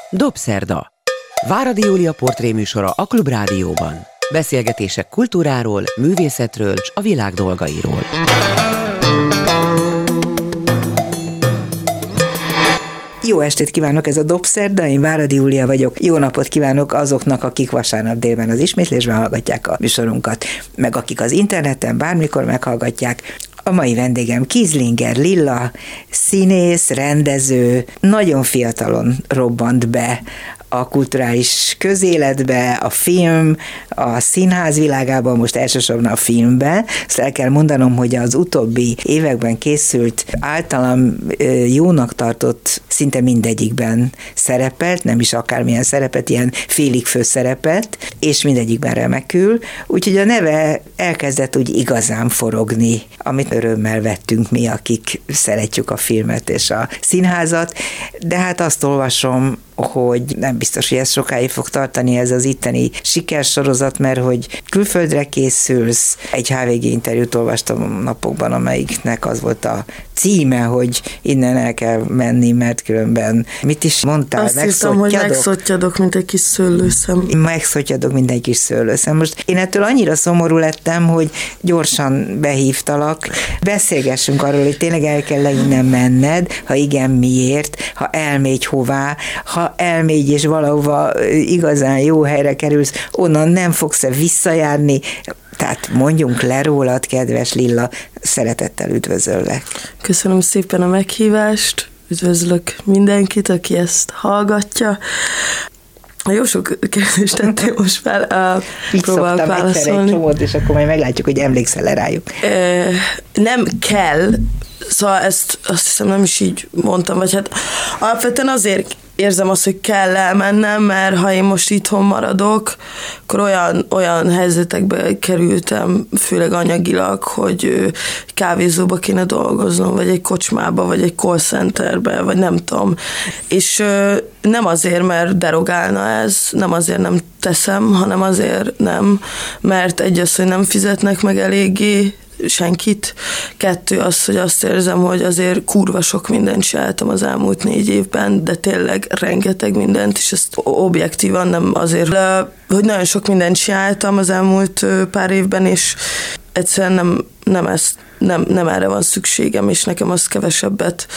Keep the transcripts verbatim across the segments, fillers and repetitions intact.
Dobszerda. Váradi Júlia portréműsora a Klubrádióban. Beszélgetések kultúráról, művészetről és a világ dolgairól. Jó estét kívánok, ez a Dobszerda, én Váradi Júlia vagyok. Jó napot kívánok azoknak, akik vasárnap délben az ismétlésben hallgatják a műsorunkat, meg akik az interneten bármikor meghallgatják. A mai vendégem Kieslinger Lilla, színész, rendező, nagyon fiatalon robbant be a kulturális közéletbe, a film, a színház világában, most elsősorban a filmben. Ezt el kell mondanom, hogy az utóbbi években készült, általam jónak tartott, szinte mindegyikben szerepelt, nem is akármilyen szerepet, ilyen félig főszerepet, és mindegyikben remekül. Úgyhogy a neve elkezdett úgy igazán forogni, amit örömmel vettünk mi, akik szeretjük a filmet és a színházat, de hát azt olvasom, hogy nem biztos, hogy ez sokáig fog tartani ez az itteni sikersorozat, mert hogy külföldre készülsz. Egy há vé gé interjút olvastam napokban, amelyiknek az volt a címe, hogy innen el kell menni, mert különben mit is mondtál? Azt hiszem, hogy megszottyadok, mint egy kis szőlőszem. Megszottyadok, mint egy kis szőlőszem. Most én ettől annyira szomorú lettem, hogy gyorsan behívtalak. Beszélgessünk arról, hogy tényleg el kell innen menned, ha igen, miért, ha elmégy hová, ha elmégy és valahova igazán jó helyre kerülsz, onnan nem fogsz-e visszajárni. Tehát mondjunk le rólad, kedves Lilla, szeretettel üdvözöllek. Köszönöm szépen a meghívást, üdvözlök mindenkit, aki ezt hallgatja. Jó sok kérdést tettél most fel, uh, próbálok válaszolni. Egy csomót, és akkor majd meglátjuk, hogy emlékszel-e rájuk. Uh, nem kell, szóval ezt azt hiszem nem is így mondtam, vagy hát alapvetően azért érzem azt, hogy kell elmennem, mert ha én most itthon maradok, akkor olyan, olyan helyzetekbe kerültem, főleg anyagilag, hogy kávézóba kéne dolgoznom, vagy egy kocsmába, vagy egy call centerbe, vagy nem tudom. És nem azért, mert derogálna ez, nem azért nem teszem, hanem azért nem, mert egy az, hogy nem fizetnek meg eléggé senkit. Kettő az, hogy azt érzem, hogy azért kurva sok mindent csináltam az elmúlt négy évben, de tényleg rengeteg mindent, és ezt objektívan nem azért, hogy nagyon sok mindent csináltam az elmúlt pár évben, és egyszerűen nem, nem, ezt, nem, nem erre van szükségem, és nekem az kevesebbet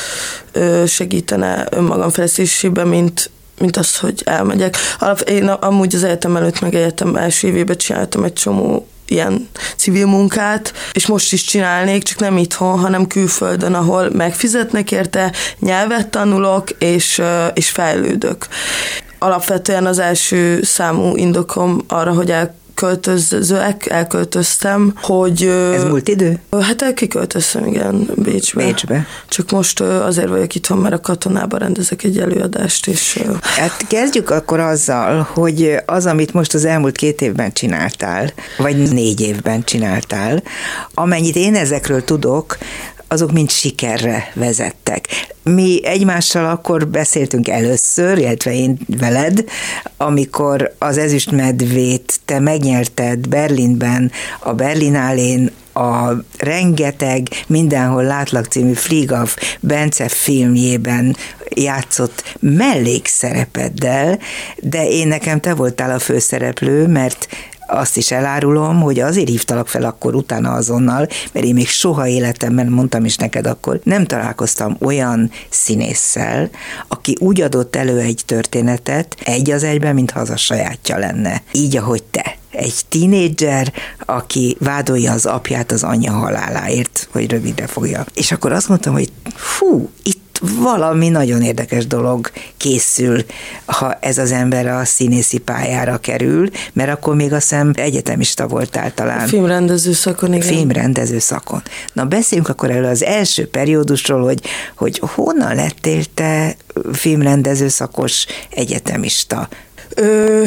segítene önmagam fejlesztésében, mint mint az, hogy elmegyek. Alap, én amúgy az egyetem előtt, meg egyetem első évében csináltam egy csomó ilyen civil munkát, és most is csinálnék, csak nem itthon, hanem külföldön, ahol megfizetnek érte, nyelvet tanulok, és, és fejlődök. Alapvetően az első számú indokom arra, hogy el költözőek, elköltöztem, hogy... Ez múlt idő? Hát kiköltöztem, igen, Bécsbe. Bécsbe. Csak most azért vagyok itthon, mert a Katonában rendezek egy előadást, és... Hát kezdjük akkor azzal, hogy az, amit most az elmúlt két évben csináltál, vagy négy évben csináltál, amennyit én ezekről tudok, azok mind sikerre vezettek. Mi egymással akkor beszéltünk először, illetve én veled, amikor az Ezüstmedvét te megnyerted Berlinben, a Berlinálén, a rengeteg Mindenhol látlak című Fliegaf Bence filmjében játszott mellékszerepeddel, de én nekem te voltál a főszereplő, mert azt is elárulom, hogy azért hívtalak fel akkor utána azonnal, mert én még soha életemben, mondtam is neked akkor, nem találkoztam olyan színésszel, aki úgy adott elő egy történetet, egy az egyben, mintha az a sajátja lenne. Így, ahogy te. Egy tínédzser, aki vádolja az apját az anyja haláláért, hogy rövidre fogja. És akkor azt mondtam, hogy fú, itt valami nagyon érdekes dolog készül, ha ez az ember a színészi pályára kerül, mert akkor még azt hiszem egyetemista voltál talán. A filmrendező szakon, igen. Filmrendező szakon. Na beszéljünk akkor erről az első periódusról, hogy, hogy honnan lettél te filmrendező szakos egyetemista? Ö...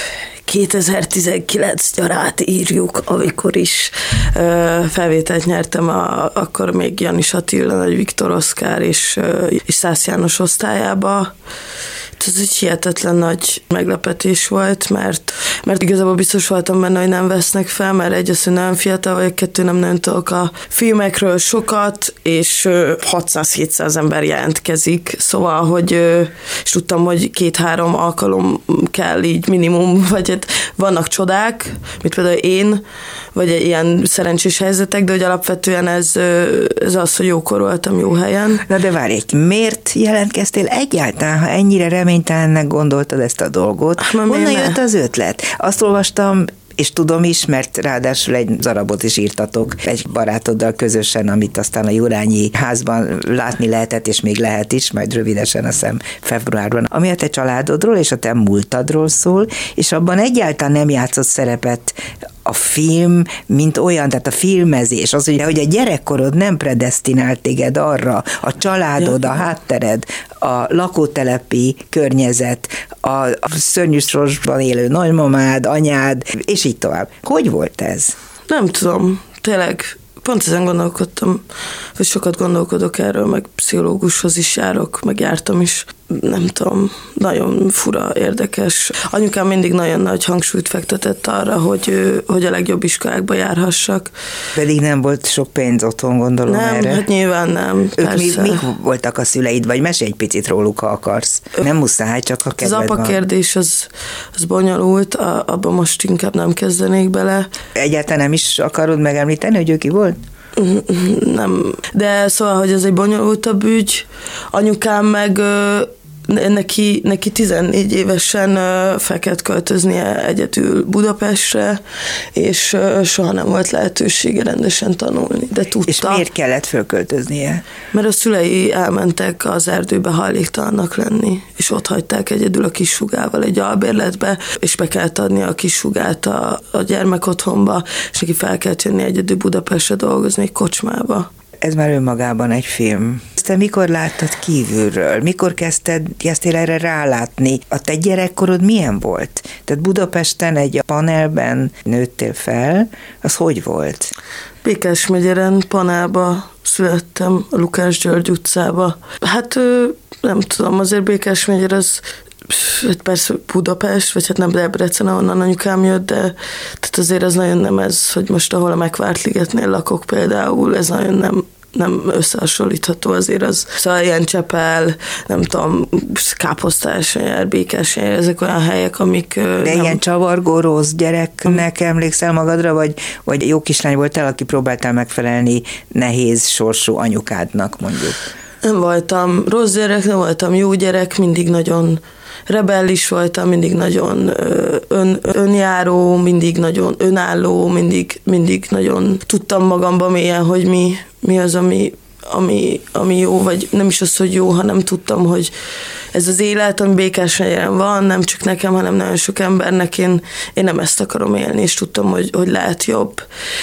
kétezer-tizenkilenc nyarát írjuk, amikor is ö, felvételt nyertem, a, akkor még Janis Attila, Nagy Viktor Oszkár és, ö, és Szász János osztályába. Ez egy hihetetlen nagy meglepetés volt, mert, mert igazából biztos voltam benne, hogy nem vesznek fel, mert egy az, hogy nagyon fiatal vagyok, kettő nem nagyon tudok a filmekről sokat, és hatszáz-hétszáz ember jelentkezik, szóval, hogy és tudtam, hogy két-három alkalom kell így minimum, vagy hát vannak csodák, mint például én, vagy ilyen szerencsés helyzetek, de hogy alapvetően ez, ez az, hogy jókor voltam jó helyen. Na de várj, miért jelentkeztél egyáltalán, ha ennyire reménytelennek gondoltad ezt a dolgot? Honnan jött az ötlet? Azt olvastam, és tudom is, mert ráadásul egy darabot is írtatok egy barátoddal közösen, amit aztán a Jurányi házban látni lehetett, és még lehet is, majd rövidesen, azt hiszem februárban, ami a te családodról és a te múltadról szól, és abban egyáltalán nem játszott szerepet a film, mint olyan, tehát a filmezés, az, hogy a gyerekkorod nem predesztinált téged arra, a családod, a háttered, a lakótelepi környezet, a, a szörnyű sorsban élő nagymamád, anyád, és így tovább. Hogy volt ez? Nem tudom, tényleg pont ezen gondolkodtam, vagy sokat gondolkodok erről, meg pszichológushoz is járok, meg jártam is. Nem tudom, nagyon fura, érdekes. Anyukám mindig nagyon nagy hangsúlyt fektetett arra, hogy, hogy a legjobb iskolákba járhassak. Pedig nem volt sok pénz otthon, gondolom nem, erre. Nem, hát nyilván nem. Ők mi, mik voltak a szüleid, vagy mesélj egy picit róluk, ha akarsz. Nem muszáj, csak a kedved Az apa van. kérdés, az, az bonyolult, abban most inkább nem kezdenék bele. Egyáltalán nem is akarod megemlíteni, hogy ő ki volt? Nem. De szóval, hogy ez egy bonyolultabb ügy. Anyukám meg neki, neki tizennégy évesen fel kellett költöznie egyedül Budapestre, és soha nem volt lehetősége rendesen tanulni, de tudta. És miért kellett fölköltöznie? Mert a szülei elmentek az erdőbe hajléktalannak lenni, és ott hagyták egyedül a kissugával egy albérletbe, és be kellett adni a kissugát a, a gyermekotthonba, és neki fel kellett jönni egyedül Budapestre dolgozni egy kocsmába. Ez már önmagában egy film. Te mikor láttad kívülről? Mikor kezdted, kezdtél erre rálátni? A te gyerekkorod milyen volt? Tehát Budapesten egy panelben nőttél fel, az hogy volt? Békásmegyeren panelba születtem, a Lukács György utcába. Hát nem tudom, azért Békásmegyer az hát persze Budapest, vagy hát nem Debrecen, ahonnan anyukám jött, de tehát azért az nagyon nem ez, hogy most ahol a Megvártligetnél lakok például, ez nagyon nem nem összehasonlítható azért az. Szóval ilyen Csepel, nem tudom, Káposztásmegyer, Békásmegyer, ezek olyan helyek, amik... De nem... ilyen csavargó rossz gyereknek emlékszel magadra, vagy, vagy jó kislány voltál, aki próbáltál megfelelni nehéz sorsú anyukádnak, mondjuk? Nem voltam rossz gyerek, nem voltam jó gyerek, mindig nagyon rebellis voltam, mindig nagyon ön, önjáró, mindig nagyon önálló, mindig, mindig nagyon tudtam magamban mélyen, hogy mi, mi az, ami, ami, ami jó, vagy nem is az, hogy jó, hanem tudtam, hogy ez az élet, ami Békásmegyeren van, nem csak nekem, hanem nagyon sok embernek, én, én nem ezt akarom élni, és tudtam, hogy, hogy lehet jobb.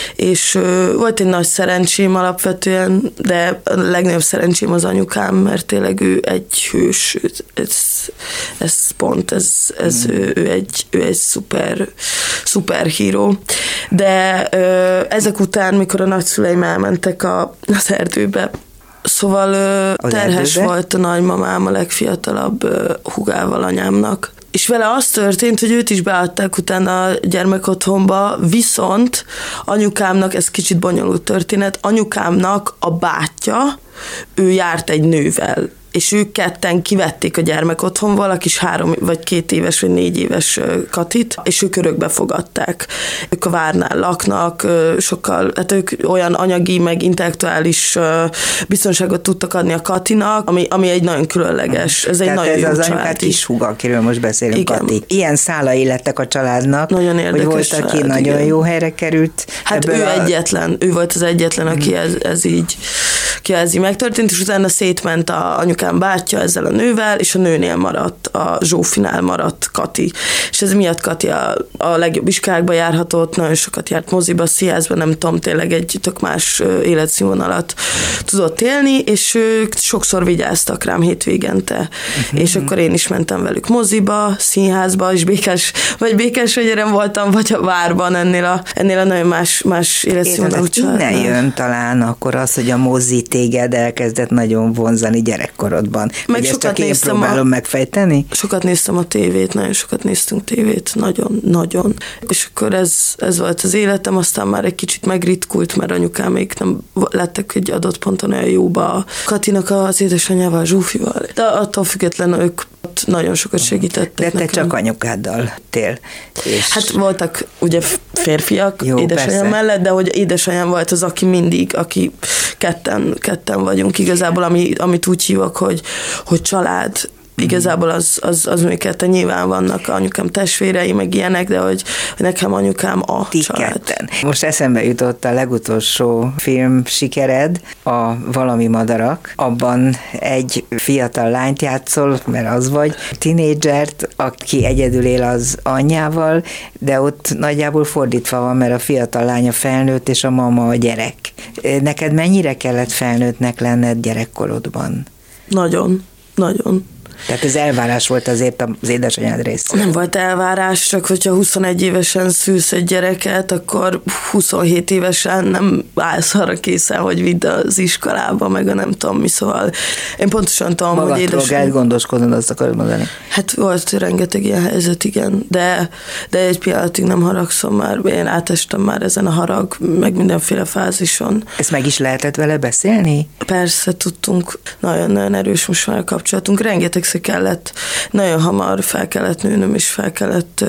És uh, volt egy nagy szerencsém alapvetően, de a legnagyobb szerencsém az anyukám, mert tényleg ő egy hős, ez, ez pont, ez, ez mm. ő, ő, egy, ő egy szuper, szuper híró. De uh, ezek után, mikor a nagyszüleim elmentek a, az erdőbe, szóval az terhes erdőbe volt a nagymamám, a legfiatalabb húgával anyámnak. És vele az történt, hogy őt is beadták utána a gyermekotthonba, viszont anyukámnak, ez kicsit bonyolult történet, anyukámnak a bátyja, ő járt egy nővel, és ők ketten kivették a gyermekotthonval a kis három vagy két éves vagy négy éves Katit, és ők örökbe fogadták. Ők a várnál laknak, sokkal, hát ők olyan anyagi, meg intellektuális biztonságot tudtak adni a Katinak, ami, ami egy nagyon különleges, ez egy Tehát nagyon ez jó az család anyukád is. kis húga, akiről most beszélünk, Igen. Kati. Ilyen szálai lettek a családnak, nagyon érdekes hogy volt, család, aki nagyon igen. jó helyre került. Hát ő a... egyetlen, ő volt az egyetlen, aki mm. ez, ez így ki ez így megtörtént, és utána szétment a anyukám bátyja ezzel a nővel, és a nőnél maradt, a Zsófinál maradt Kati. És ez miatt Kati a, a legjobb iskolákba járhatott, nagyon sokat járt moziba, színházba, nem tudom, tényleg egy tök más életszínvonalat tudott élni, és ők sokszor vigyáztak rám hétvégente. Uh-huh. És akkor én is mentem velük moziba, színházba, és Békás, vagy Békásmegyeren voltam, vagy a Várban ennél a, ennél a nagyon más, más életszínvonalú családnál. Innen jön talán akkor az, hogy a mozi téged anyukád elkezdett nagyon vonzani gyerekkorodban. Meg Hogy ezt sokat csak én néztem próbálom a... megfejteni? Sokat néztem a tévét, nagyon sokat néztünk tévét, nagyon, nagyon. És akkor ez, ez volt az életem, aztán már egy kicsit megritkult, mert anyukám még nem lettek egy adott ponton olyan jóba Katinak az édesanyjával, Zsófival. De attól függetlenül ők nagyon sokat segítettek. De te nekem. csak anyukáddal tél. És... Hát voltak ugye férfiak Jó, édesanyám persze. mellett, de hogy édesanyám volt az, aki mindig, aki ketten, ketten vagyunk igazából, ami, amit úgy hívok, hogy, hogy család. Igazából az, az, az még ketten nyilván vannak anyukám testvérei, meg ilyenek, de hogy, hogy nekem anyukám a Ti család. ketten. Most eszembe jutott a legutolsó film sikered, a Valami madarak. Abban egy fiatal lányt játszol, mert az vagy, tinédzsert, aki egyedül él az anyjával, de ott nagyjából fordítva van, mert a fiatal lánya felnőtt, és a mama a gyerek. Neked mennyire kellett felnőttnek lenned gyerekkorodban? Nagyon, nagyon. Tehát ez elvárás volt azért az édesanyád részéről. Nem volt elvárás, csak hogyha huszonegy évesen szülsz egy gyereket, akkor huszonhét évesen nem állsz arra készen, hogy vidd az iskolába, meg a nem tudom mi, szóval én pontosan tudom, Magadról hogy édesanyám... kell gondoskodnod, azt akarod mondani. Hát volt rengeteg ilyen helyzet, igen, de, de egy pillanatig nem haragszom már, én átestem már ezen a harag, meg mindenféle fázison. Ezt meg is lehetett vele beszélni? Persze, tudtunk, nagyon-nagyon erős most már a kapcsolatunk, rengetegszer kellett, nagyon hamar fel kellett nőnöm, és fel kellett,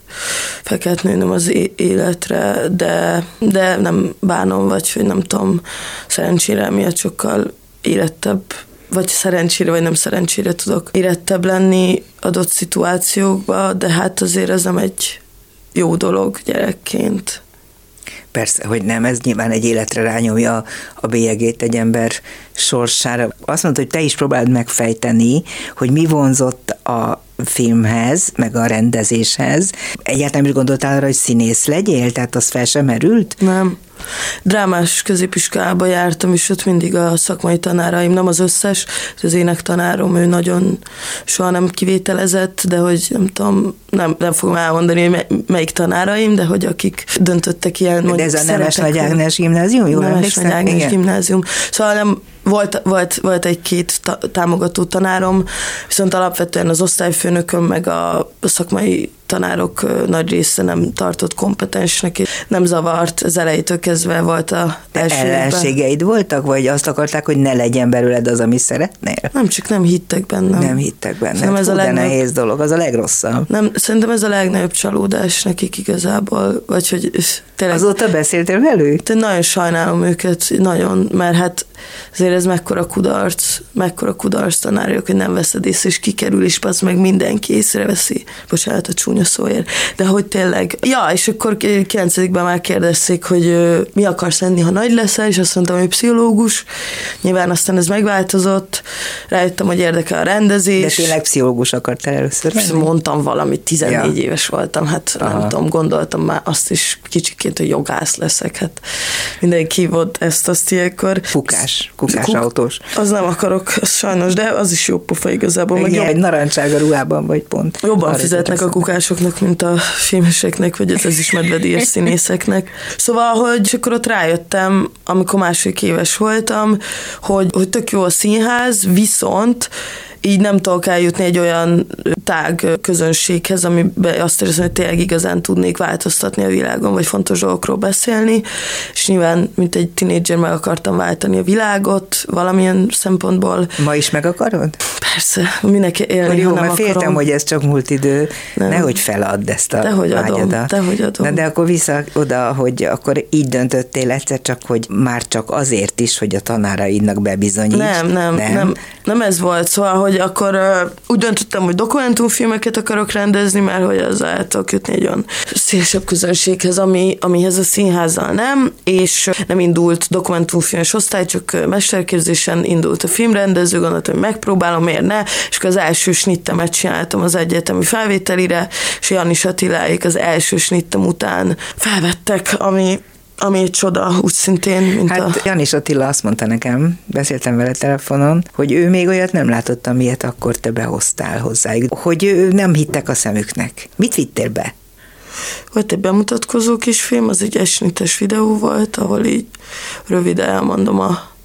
fel kellett nőnöm az életre, de, de nem bánom, vagy hogy nem tudom, szerencsére miatt sokkal érettebb, vagy szerencsére, vagy nem szerencsére tudok érettebb lenni adott szituációkba, de hát azért ez nem egy jó dolog gyerekként. Persze, hogy nem, ez nyilván egy életre rányomja a bélyegét egy ember sorsára. Azt mondta, hogy te is próbáld megfejteni, hogy mi vonzott a filmhez, meg a rendezéshez. Egyáltalán is gondoltál arra, hogy színész legyél? Tehát az fel sem merült? Nem. Drámás középiskolába jártam, és ott mindig a szakmai tanáraim, nem az összes, az énektanárom, ő nagyon soha nem kivételezett, de hogy nem tudom, nem, nem fogom elmondani, hogy melyik tanáraim, de hogy akik döntöttek ilyen, de ez a Nemes Nagy Ágnes gimnázium? Jól Nemes Nagy Ágnes Igen. gimnázium. Szóval nem, volt, volt, volt egy-két ta- támogató tanárom, viszont alapvetően az osztályfőnököm meg a szakmai tanárok nagy része nem tartott kompetensnek, és nem zavart, az elejétől kezdve volt a első ellenségeid voltak, vagy azt akarták, hogy ne legyen belőled az, amit szeretnél? Nem, csak nem hittek bennem. Nem hittek benne. Szerintem ez Hú, a de legnagyobb... nehéz dolog, az a legrosszabb. Nem, szerintem ez a legnagyobb csalódás nekik igazából, vagy hogy tényleg... Azóta beszéltél velük? De nagyon sajnálom őket, nagyon, mert hát azért ez mekkora kudarc, mekkora kudarc tanárjuk, hogy nem veszed észre, és kikerül, és az meg mindenki észreveszi. Bocsánat a csúnya szóért. De hogy tényleg, ja, és akkor kilencedikben már kérdezték, hogy ö, mi akarsz lenni, ha nagy leszel, és azt mondtam, hogy pszichológus. Nyilván aztán ez megváltozott, rájöttem, hogy érdekel a rendezés. De tényleg pszichológus akartál először lenni? Mondtam valamit, tizennégy ja. éves voltam, hát Aha. nem tudom, gondoltam már azt is kicsiként, hogy jogász leszek, hát mindenki volt ezt, azt ilyenkor. Kukás, kukás Kuk- autós. Az nem akarok, az sajnos, de az is jó pofa igazából. Meg meg jobb, jobb, egy narancsága ruhában vagy pont. Jobban Arra fizetnek a kukásoknak, mint a filmeseknek, vagy ez, ez is medvedíjas színészeknek. Szóval, hogy akkor ott rájöttem, amikor másik éves voltam, hogy, hogy tök jó a színház, viszont így nem tudok eljutni egy olyan tág közönséghez, amiben azt érzem, hogy tényleg igazán tudnék változtatni a világon, vagy fontos dolgokról beszélni, és nyilván, mint egy tinédzser meg akartam váltani a világot valamilyen szempontból. Ma is meg akarod? Persze, mindenki élni, jó, ha nem mert féltem, akarom. hogy ez csak múlt idő, nem. Nehogy feladd ezt a Dehogy adom, vágyadat. dehogy adom. Na de akkor vissza oda, hogy akkor így döntöttél egyszer csak, hogy már csak azért is, hogy a tanáraidnak bebizonyíts. Nem, nem, nem, nem, nem ez volt, szóval, hogy akkor uh, úgy döntöttem, hogy dokumentumfilmeket akarok rendezni, mert hogy az által kötni egy olyan szélesebb közönséghez, ami, amihez a színházzal nem, és nem indult dokumentumfilmes osztály, csak mesterképzésen indult a filmrendező, gondoltam, hogy megpróbálom, miért ne, és akkor az első snittemet csináltam az egyetemi felvételire, és Janis Attiláék az első snittem után felvettek, ami ami egy csoda, úgy szintén, mint hát a... Hát Janis Attila azt mondta nekem, beszéltem vele telefonon, hogy ő még olyat nem látott, amilyet akkor te behoztál hozzájuk, hogy nem hittek a szemüknek. Mit vittél be? Volt egy bemutatkozó kis film, az egy esnites videó volt, ahol így röviden elmondom a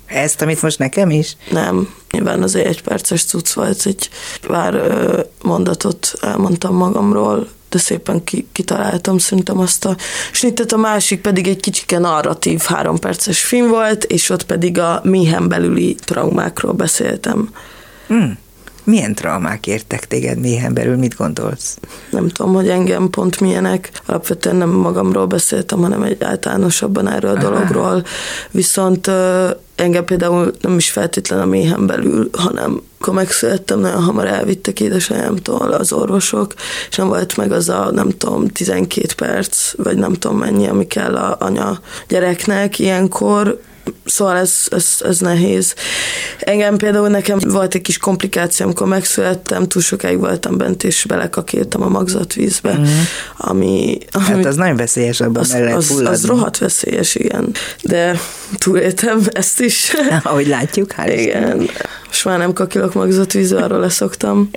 Ezt, amit most nekem is? Nem, nyilván azért egy perces cucc volt, egy pár ö, mondatot elmondtam magamról, de szépen ki, kitaláltam szerintem azt a snittet, a másik pedig egy kicsike narratív három perces film volt, és ott pedig a méhen belüli traumákról beszéltem. Hmm. Milyen traumák értek téged méhen belül, mit gondolsz? Nem tudom, hogy engem pont milyenek. Alapvetően nem magamról beszéltem, hanem egy általánosabban erről a Aha. dologról. Viszont uh, engem például nem is feltétlen a méhen belül, hanem akkor megszülettem, nagyon hamar elvittek édesanyámtól az orvosok, és nem volt meg az a, nem tudom, tizenkét perc, vagy nem tudom mennyi, ami kell a anya gyereknek ilyenkor. Szóval ez, ez, ez nehéz. Engem például nekem volt egy kis komplikáció, amikor megszülettem, túl sokáig voltam bent, és belekakéltam a magzatvízbe, mm. ami, ami... Hát az nagyon veszélyes, abban az, el lehet az, fulladni. Az rohadt veszélyes, igen. De túléltem ezt is. Ahogy látjuk, hál' igen. Most már nem kakilok magzatvízbe, arról leszoktam.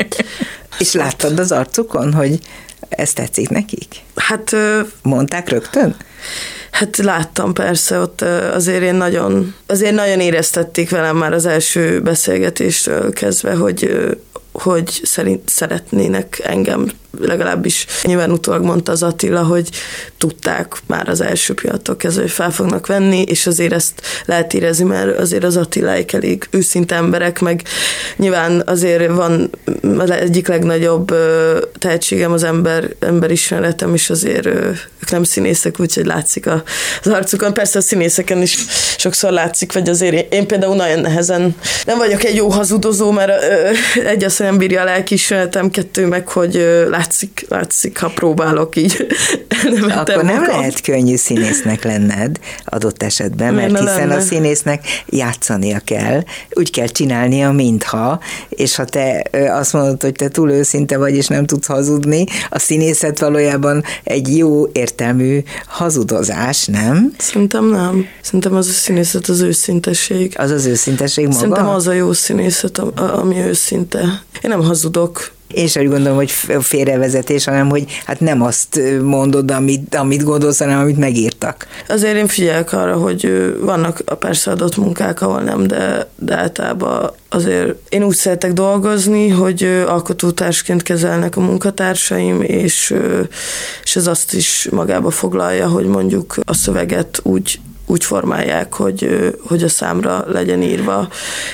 És láttad az arcukon, hogy ez tetszik nekik? Hát... Mondták rögtön? Hát láttam persze, ott azért én nagyon, azért nagyon éreztették velem már az első beszélgetéstől kezdve, hogy, hogy szerint szeretnének engem, legalábbis nyilván utólag mondta az Attila, hogy tudták már az első pillanattól kezdve, hogy fel fognak venni, és azért ezt lehet érezni, mert azért az Attiláik elég őszinte emberek, meg nyilván azért van az egyik legnagyobb tehetségem az ember, emberismeretem, és azért ők nem színészek, úgyhogy látszik az arcukon. Persze a színészeken is sokszor látszik, vagy azért én például nagyon nehezen nem vagyok egy jó hazudozó, mert egy azt nem bírja a lelkiismeretem, kettő meg, hogy látszik, látszik, ha próbálok így. Akkor nem magam. Lehet könnyű színésznek lenned adott esetben, mert hiszen lenne? A színésznek játszania kell, úgy kell csinálnia, mintha, és ha te azt mondod, hogy te túl őszinte vagy, és nem tudsz hazudni, a színészet valójában egy jó értelmű hazudozás, nem? Szerintem nem. Szerintem az a színészet az őszintesség. Az az őszintesség maga? Szerintem az a jó színészet, ami őszinte. Én nem hazudok. Én sem úgy gondolom, hogy félrevezetés, hanem hogy hát nem azt mondod, amit, amit gondolsz, hanem amit megírtak. Azért én figyelek arra, hogy vannak persze adott munkák, ahol nem, de, de általában azért én úgy szeretek dolgozni, hogy alkotótársként kezelnek a munkatársaim, és, és ez azt is magába foglalja, hogy mondjuk a szöveget úgy úgy formálják, hogy, hogy a számra legyen írva,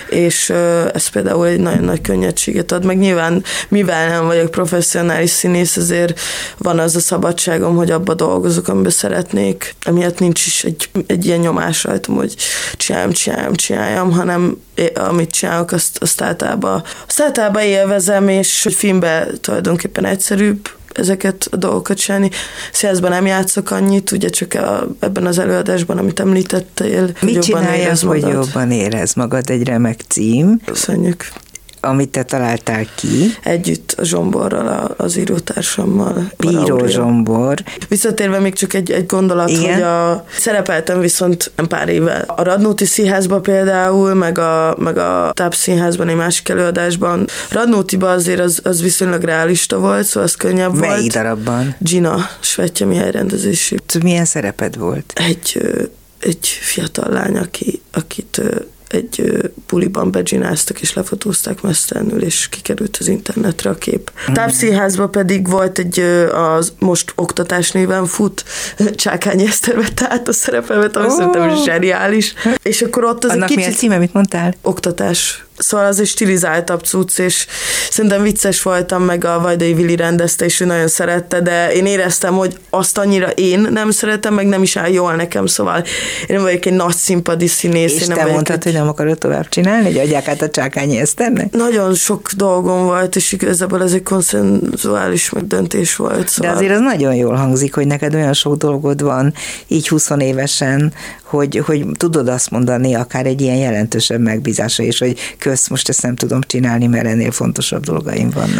és ez például egy nagyon nagy könnyedséget ad, meg nyilván, mivel nem vagyok professzionális színész, azért van az a szabadságom, hogy abba dolgozok, amiben szeretnék, emiatt nincs is egy, egy ilyen nyomás rajtam, hogy csináljam, csináljam, csináljam, hanem amit csinálok, azt, azt, általában, azt általában élvezem, és hogy filmben tulajdonképpen egyszerűbb ezeket a dolgokat csinálni. Színházban nem játszok annyit, ugye csak a, ebben az előadásban, amit említettél. Mit csinálják, hogy jobban érez magad? Egy remek cím. Köszönjük. Amit te találtál ki. Együtt a Zsomborral, az írótársammal. Bíró Zsombor. Visszatérve még csak egy, egy gondolat, igen? Hogy a, szerepeltem viszont nem pár éve a Radnóti Színházban például, meg a, meg a Tápszínházban egy másik előadásban. Radnótiban azért az, az viszonylag realista volt, szóval az könnyebb Mely volt. Melyik darabban? Gina, Svetje Mihály rendezésű. Milyen szereped volt? Egy, egy fiatal lány, aki, akit egy buliban beggináztak, és lefotózták mesztelenül, és kikerült az internetre a kép. Mm. Tápszínházban pedig volt egy, az most oktatás néven fut, Csákányi Eszter vette át a szerepemet, ami oh. szerintem zseniális. És akkor ott az Annak egy kicsit... mi a címe, mit mondtál? Oktatás. Szóval az egy stilizáltabb cucc, és szerintem vicces voltam, meg a Vajdai Vili rendezte, és ő nagyon szerette, de én éreztem, hogy azt annyira én nem szeretem, meg nem is áll jól nekem, szóval én nem vagyok egy nagy színpadi színész. És én nem te mondtad, egy... hogy nem akarod tovább csinálni, hogy adják át a Csákányi Eszternek? Nagyon sok dolgom volt, és igazából ez egy konszenzuális megdöntés volt. Szóval... De azért az nagyon jól hangzik, hogy neked olyan sok dolgod van, így húsz évesen, hogy, hogy tudod azt mondani, akár egy ilyen jelentősebb megbízásra is, hogy kösz, most ezt nem tudom csinálni, mert ennél fontosabb dolgaim vannak.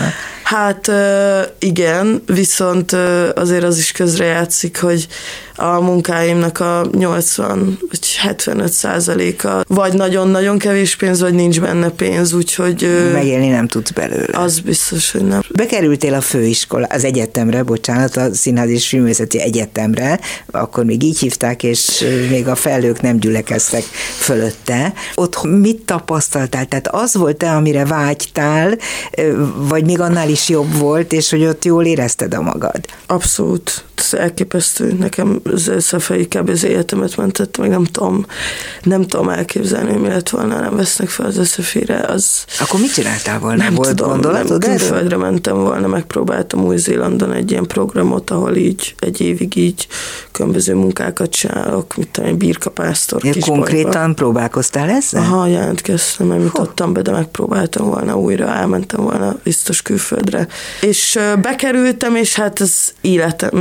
Hát igen, viszont azért az is közrejátszik, hogy a munkáimnak a nyolcvan vagy hetvenöt százaléka vagy nagyon-nagyon kevés pénz, vagy nincs benne pénz, úgyhogy... Megélni nem tudsz belőle. Az biztos, hogy nem. Bekerültél a főiskola, az egyetemre, bocsánat, a Színház és Filmművészeti Egyetemre, akkor még így hívták, és még a felhők nem gyülekeztek fölötte. Ott mit tapasztaltál? Tehát az volt-e, amire vágytál, vagy még annál is jobb volt, és hogy ott jól érezted a magad? Abszolút. Ez elképesztő. Nekem az eszefei kb. Az életemet mentett, meg nem tudom, nem tudom elképzelni, hogy mi lett volna, nem vesznek fel az eszefére. Az... Akkor mit csináltál volna? Nem volt tudom, gondolatod nem, erről? Külföldre mentem volna, megpróbáltam Új-Zélandon egy ilyen programot, ahol így egy évig így különböző munkákat csinálok, mit tudom, egy birkapásztor kisboltba. Konkrétan próbálkoztál ezzel? Aha, jelentkeztem, nem jutottam be, de megpróbáltam volna újra, elmentem volna biztos külföldre. És bekerültem, és hát az életem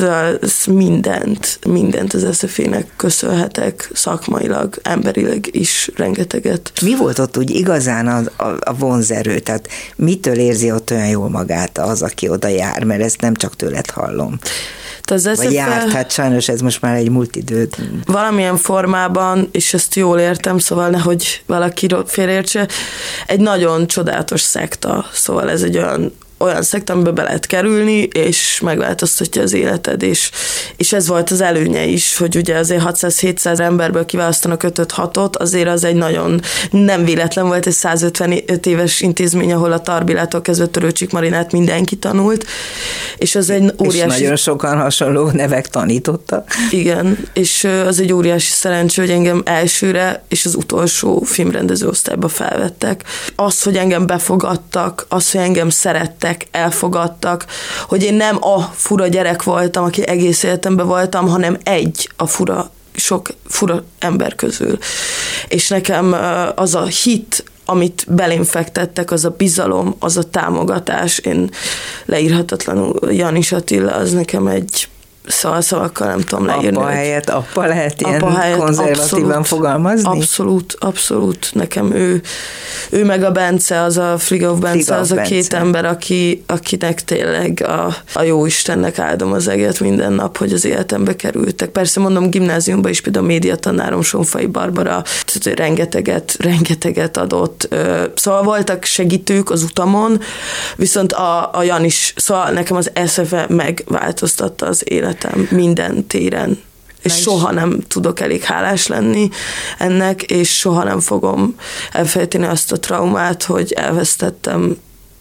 mindent, mindent az eszefének köszönhetek, szakmailag, emberileg is rengeteget. Mi volt ott úgy igazán a, a, a vonzerő? Tehát mitől érzi ott olyan jól magát az, aki oda jár? Mert ezt nem csak tőled hallom. Az eszefe, Vagy járt, hát sajnos ez most már egy múlt időt. Valamilyen formában, és ezt jól értem, szóval nehogy valaki félreértse, egy nagyon csodálatos szekta, szóval ez egy olyan olyan szekta, amiben be lehet kerülni, és megváltoztatja az életed, és, és ez volt az előnye is, hogy ugye azért hatszáz-hétszáz emberből kiválasztanak ötöt-hatot, azért az egy nagyon nem véletlen volt, egy százötvenöt éves intézmény, ahol a Tarbilától kezdve Törőcsik Marinát mindenki tanult, és az egy óriási... És nagyon sokan hasonló nevek tanította. Igen, és az egy óriási szerencsé, hogy engem elsőre és az utolsó filmrendező osztályba felvettek. Az, hogy engem befogadtak, az, hogy engem szerettek, elfogadtak, hogy én nem a fura gyerek voltam, aki egész életemben voltam, hanem egy a fura, sok fura ember közül. És nekem az a hit, amit belém fektettek, az a bizalom, az a támogatás, én leírhatatlanul, Janis Attila, az nekem egy szavakkal nem tudom leírni. Apa helyett, apa lehet ilyen apa helyett, konzervatívan abszolút, fogalmazni? Abszolút, abszolút. Nekem ő, ő meg a Bence, az a Frigov Bence, Frigov az Bence. A két ember, aki, akinek tényleg a, a jó Istennek áldom az eget minden nap, hogy az életembe kerültek. Persze mondom, gimnáziumban is például a médiatanárom Sonfai Barbara rengeteget, rengeteget adott. Szóval voltak segítők az utamon, viszont a, a Janis, szóval nekem az eszefe megváltoztatta az életem minden téren. És Nice. soha nem tudok elég hálás lenni ennek, és soha nem fogom elfelejteni azt a traumát, hogy elvesztettem.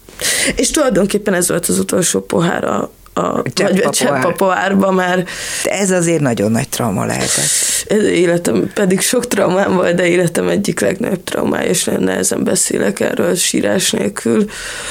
És tulajdonképpen ez volt az utolsó pohár a, a csepp a pohárba, mert... De ez azért nagyon nagy trauma lehetett. Életem, pedig sok traumám volt, de életem egyik legnagyobb traumája, és nagyon nehezen beszélek erről sírás nélkül,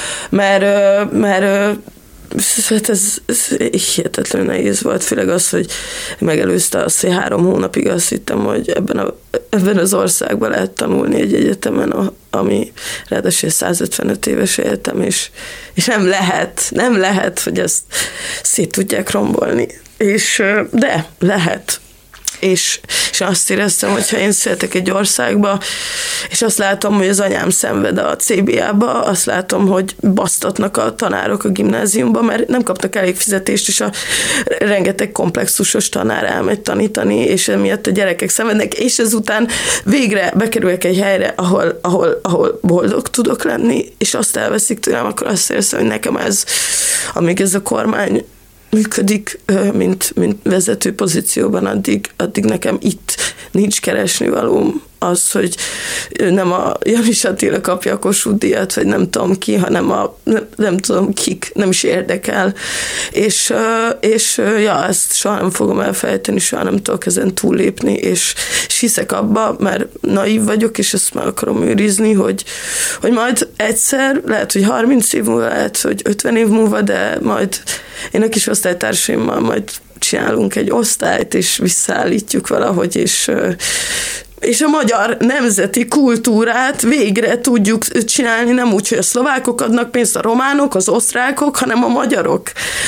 mert, mert hát ez, ez hihetetlenül nehéz volt, főleg az, hogy megelőzte azt, hogy három hónapig azt hittem, hogy ebben, a, ebben az országban lehet tanulni egy egyetemen, ami ráadásul százötvenöt éves egyetem, és, és nem lehet, nem lehet, hogy ezt szét tudják rombolni. És, de lehet. És, és azt éreztem, hogy ha én születek egy országba, és azt látom, hogy az anyám szenved a cé bé á-ba, azt látom, hogy basztatnak a tanárok a gimnáziumba, mert nem kapnak elég fizetést, és a rengeteg komplexusos tanár elmegy tanítani, és emiatt a gyerekek szenvednek, és ezután végre bekerülök egy helyre, ahol, ahol, ahol boldog tudok lenni, és azt elveszik tőlem, akkor azt érzem, hogy nekem ez, amíg ez a kormány működik, mint, mint vezető pozícióban, addig, addig nekem itt nincs keresnivalóm. Az, hogy nem a Janis Attila kapja a Kossuth díjat, vagy nem tudom ki, hanem a nem, nem tudom kik, nem is érdekel. És, és ja, ezt soha nem fogom elfelejteni, soha nem tudok ezen túllépni, és, és hiszek abba, mert naív vagyok, és ezt meg akarom őrizni, hogy, hogy majd egyszer, lehet, hogy harminc év múlva, lehet, hogy ötven év múlva, de majd én a kis osztálytársaimmal majd csinálunk egy osztályt, és visszaállítjuk valahogy, és és a magyar nemzeti kultúrát végre tudjuk csinálni, nem úgy, hogy a szlovákok adnak pénzt, a románok, az osztrákok, hanem a magyarok.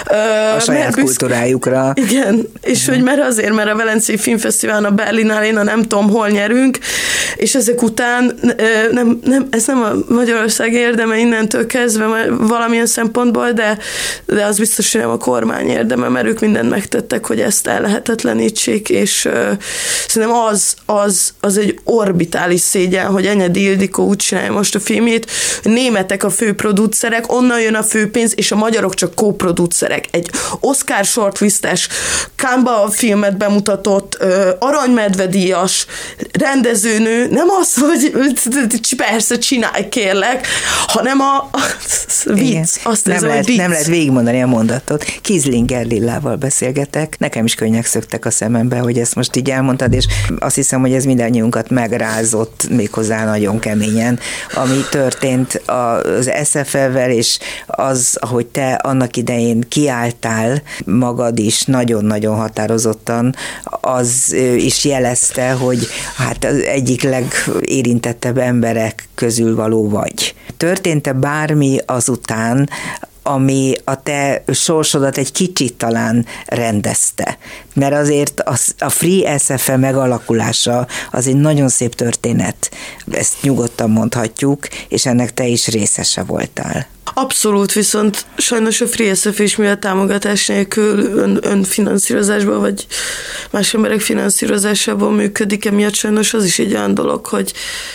A saját büszk... kultúrájukra. Igen, és uh-huh. hogy mert azért, mert a Velencei Filmfesztiválon, a Berlinálén, a nem tudom hol nyerünk, és ezek után nem, nem, ez nem a Magyarország érdeme innentől kezdve valamilyen szempontból, de, de az biztos, hogy nem a kormány érdeme, mert ők mindent megtettek, hogy ezt ellehetetlenítsék, és uh, szerintem az, az, az egy orbitális szégyen, hogy Enyedi Ildikó úgy csinálja most a filmjét, németek a főproducerek, onnan jön a főpénz, és a magyarok csak kóproducerek. Egy Oscar shortlistes, Cannes filmet bemutatott, uh, aranymedvedíjas rendezőnő, nem az, hogy persze csinálj, kérlek, hanem a, a vicc. Azt nem, érzem, lehet, vicc. nem lehet végigmondani a mondatot. Kizlinger Lillával beszélgetek. Nekem is könnyek szöktek a szemembe, hogy ezt most így elmondtad, és azt hiszem, hogy ez mindannyiunkat megrázott méghozzá nagyon keményen, ami történt az es ef e-vel, és az, ahogy te annak idején kiálltál magad is nagyon-nagyon határozottan, az is jelezte, hogy hát az egyik legérintettebb emberek közül való vagy. Történt-e bármi azután, ami a te sorsodat egy kicsit talán rendezte? Mert azért a Free es ef e megalakulása az egy nagyon szép történet. Ezt nyugodtan mondhatjuk, és ennek te is részese voltál. Abszolút, viszont sajnos a Free es ef is mivel támogatás nélkül ön, önfinanszírozásban, vagy más emberek finanszírozásában működik, emiatt sajnos az is egy olyan dolog, hogy,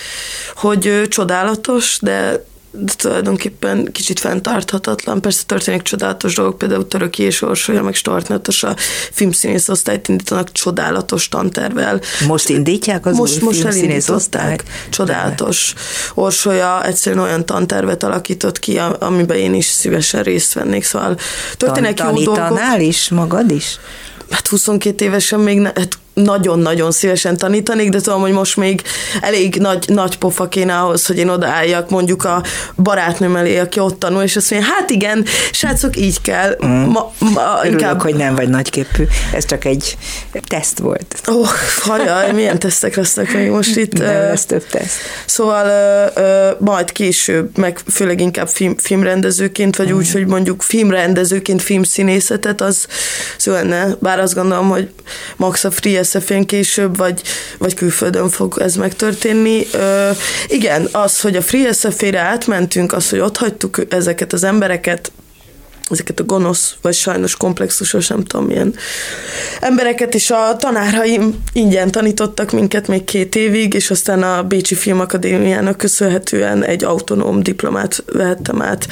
hogy csodálatos, de de tulajdonképpen kicsit fenntarthatatlan. Persze történik csodálatos dolgok, például Töröki és Orsolya, meg Startnetos a filmszínész osztályt indítanak csodálatos tantervel. Most indítják az most, új most filmszínész osztályt? Csodálatos. Orsolya egyszerűen olyan tantervet alakított ki, amiben én is szívesen részt vennék. Szóval történnek Tan- jó dolgok. Tanítanál is magad is? Hát huszonkét évesen még ne, hát nagyon-nagyon szívesen tanítanék, de tudom, hogy most még elég nagy, nagy pofa kéne ahhoz, hogy én odaálljak mondjuk a barátnőm elé, aki ott tanul, és azt mondja, hát igen, srácok, így kell. Mm. Ma, ma, Örülök, inkább... hogy nem vagy nagyképű. Ez csak egy teszt volt. Ó, oh, hajjaj, milyen tesztek lesznek még most itt. Nem lesz több teszt. Szóval uh, uh, majd később, meg főleg inkább film, filmrendezőként, vagy mm. úgy, hogy mondjuk filmrendezőként filmszínészetet, az, az jó lenne. Bár azt gondolom, hogy max a Free es ef-én később, vagy, vagy külföldön fog ez megtörténni. Ö, igen, az, hogy a Free es ef-ére átmentünk, az, hogy ott hagytuk ezeket az embereket, ezeket a gonosz, vagy sajnos komplexusos, nem tudom milyen embereket, és a tanáraim ingyen tanítottak minket még két évig, és aztán a Bécsi Filmakadémiának köszönhetően egy autonóm diplomát vehettem át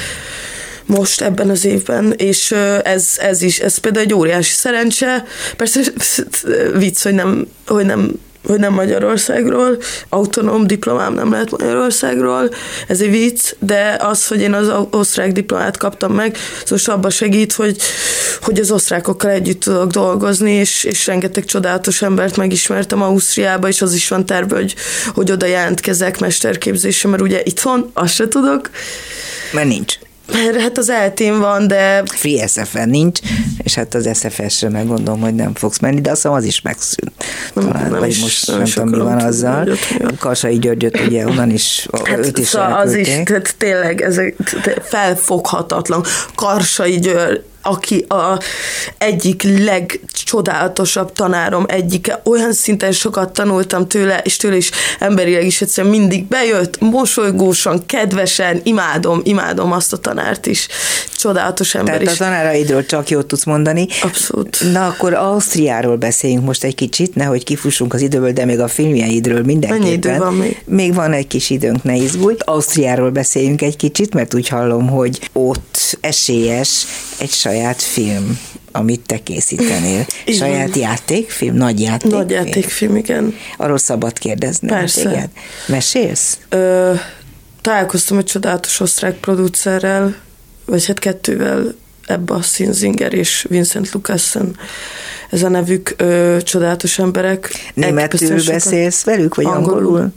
most ebben az évben, és ez, ez is, ez például egy óriási szerencse, persze vicc, hogy nem, hogy nem hogy nem Magyarországról, autonóm diplomám nem lehet Magyarországról, ez egy vicc, de az, hogy én az osztrák diplomát kaptam meg, az most abban segít, hogy, hogy az osztrákokkal együtt tudok dolgozni, és, és rengeteg csodálatos embert megismertem Ausztriába, és az is van terve, hogy, hogy oda jelentkezek mesterképzésre, mert ugye itthon azt se tudok. Mert nincs. Mert hát az eltén van, de... Free es ef-en nincs, és hát az es ef es-re meg gondolom, hogy nem fogsz menni, de azt hiszem az is megszűnt. Talán, nem, nem vagy is, most nem, nem tudom, mi van azzal. Karsai Györgyöt ugye onnan is, hát, őt is szóval az is, tehát tényleg ez felfoghatatlan. Karsai György, aki a egyik legcsodálatosabb tanárom egyike, olyan szinten sokat tanultam tőle, és tőle is emberileg is egyszerűen mindig bejött, mosolygósan, kedvesen, imádom, imádom azt a tanárt is. Csodálatos ember Tehát is. Tehát a tanáraidról csak jót tudsz mondani. Abszolút. Na akkor Ausztriáról beszéljünk most egy kicsit, nehogy kifussunk az időből, de még a filmjeidről mindenképpen. Mennyi idő van még? Még van egy kis időnk, ne izgulj. Ausztriáról beszéljünk egy kicsit, mert úgy hallom, hogy ott esélyes egy saját film, amit te készítenél. Igen. Saját játékfilm? Nagy játékfilm? Nagy játékfilm, igen. Arról szabad kérdezni. Persze. Téged? Mesélsz? Ö, találkoztam egy csodálatos osztrák producerrel, vagy hát kettővel, Ebba Sinzinger és Vincent Lucassen. Ez a nevük ö, csodálatos emberek. Németül beszélsz velük, vagy angolul? angolul?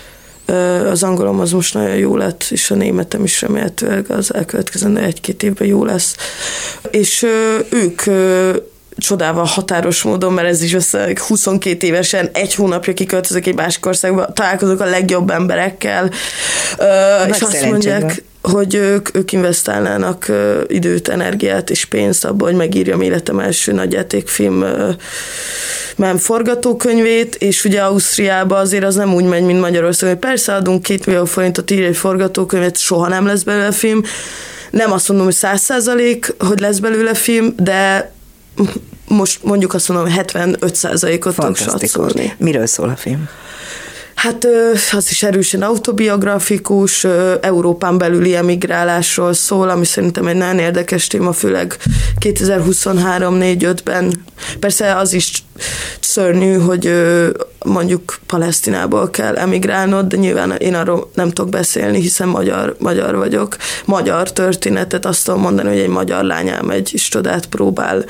Az angolom az most nagyon jó lett, és a németem is remélhetőleg az elkövetkezendő egy-két évben jó lesz. És ők csodával határos módon, mert ez is össze huszonkét évesen, egy hónapja kiköltözök egy másik országba, találkozok a legjobb emberekkel, Nagy és azt mondják, hogy ők, ők investálnának uh, időt, energiát és pénzt abba, hogy megírjam életem első nagyjátékfilm uh, nem forgatókönyvét, és ugye Ausztriában azért az nem úgy megy, mint Magyarországon, hogy persze adunk két millió forintot, írj egy forgatókönyvet, soha nem lesz belőle film. Nem azt mondom, hogy száz százalék, hogy lesz belőle film, de most mondjuk azt mondom, hogy hetvenöt százalékot tudok satszolni. Miről szól a film? Hát az is erősen autobiografikus, Európán belüli emigrálásról szól, ami szerintem egy nagyon érdekes téma, főleg kétezer-huszonhárom négy ötben. Persze az is szörnyű, hogy mondjuk Palesztinából kell emigrálnod, de nyilván én arról nem tudok beszélni, hiszen magyar, magyar vagyok. Magyar történetet azt tudom mondani, hogy egy magyar lány elmegy és csodát próbál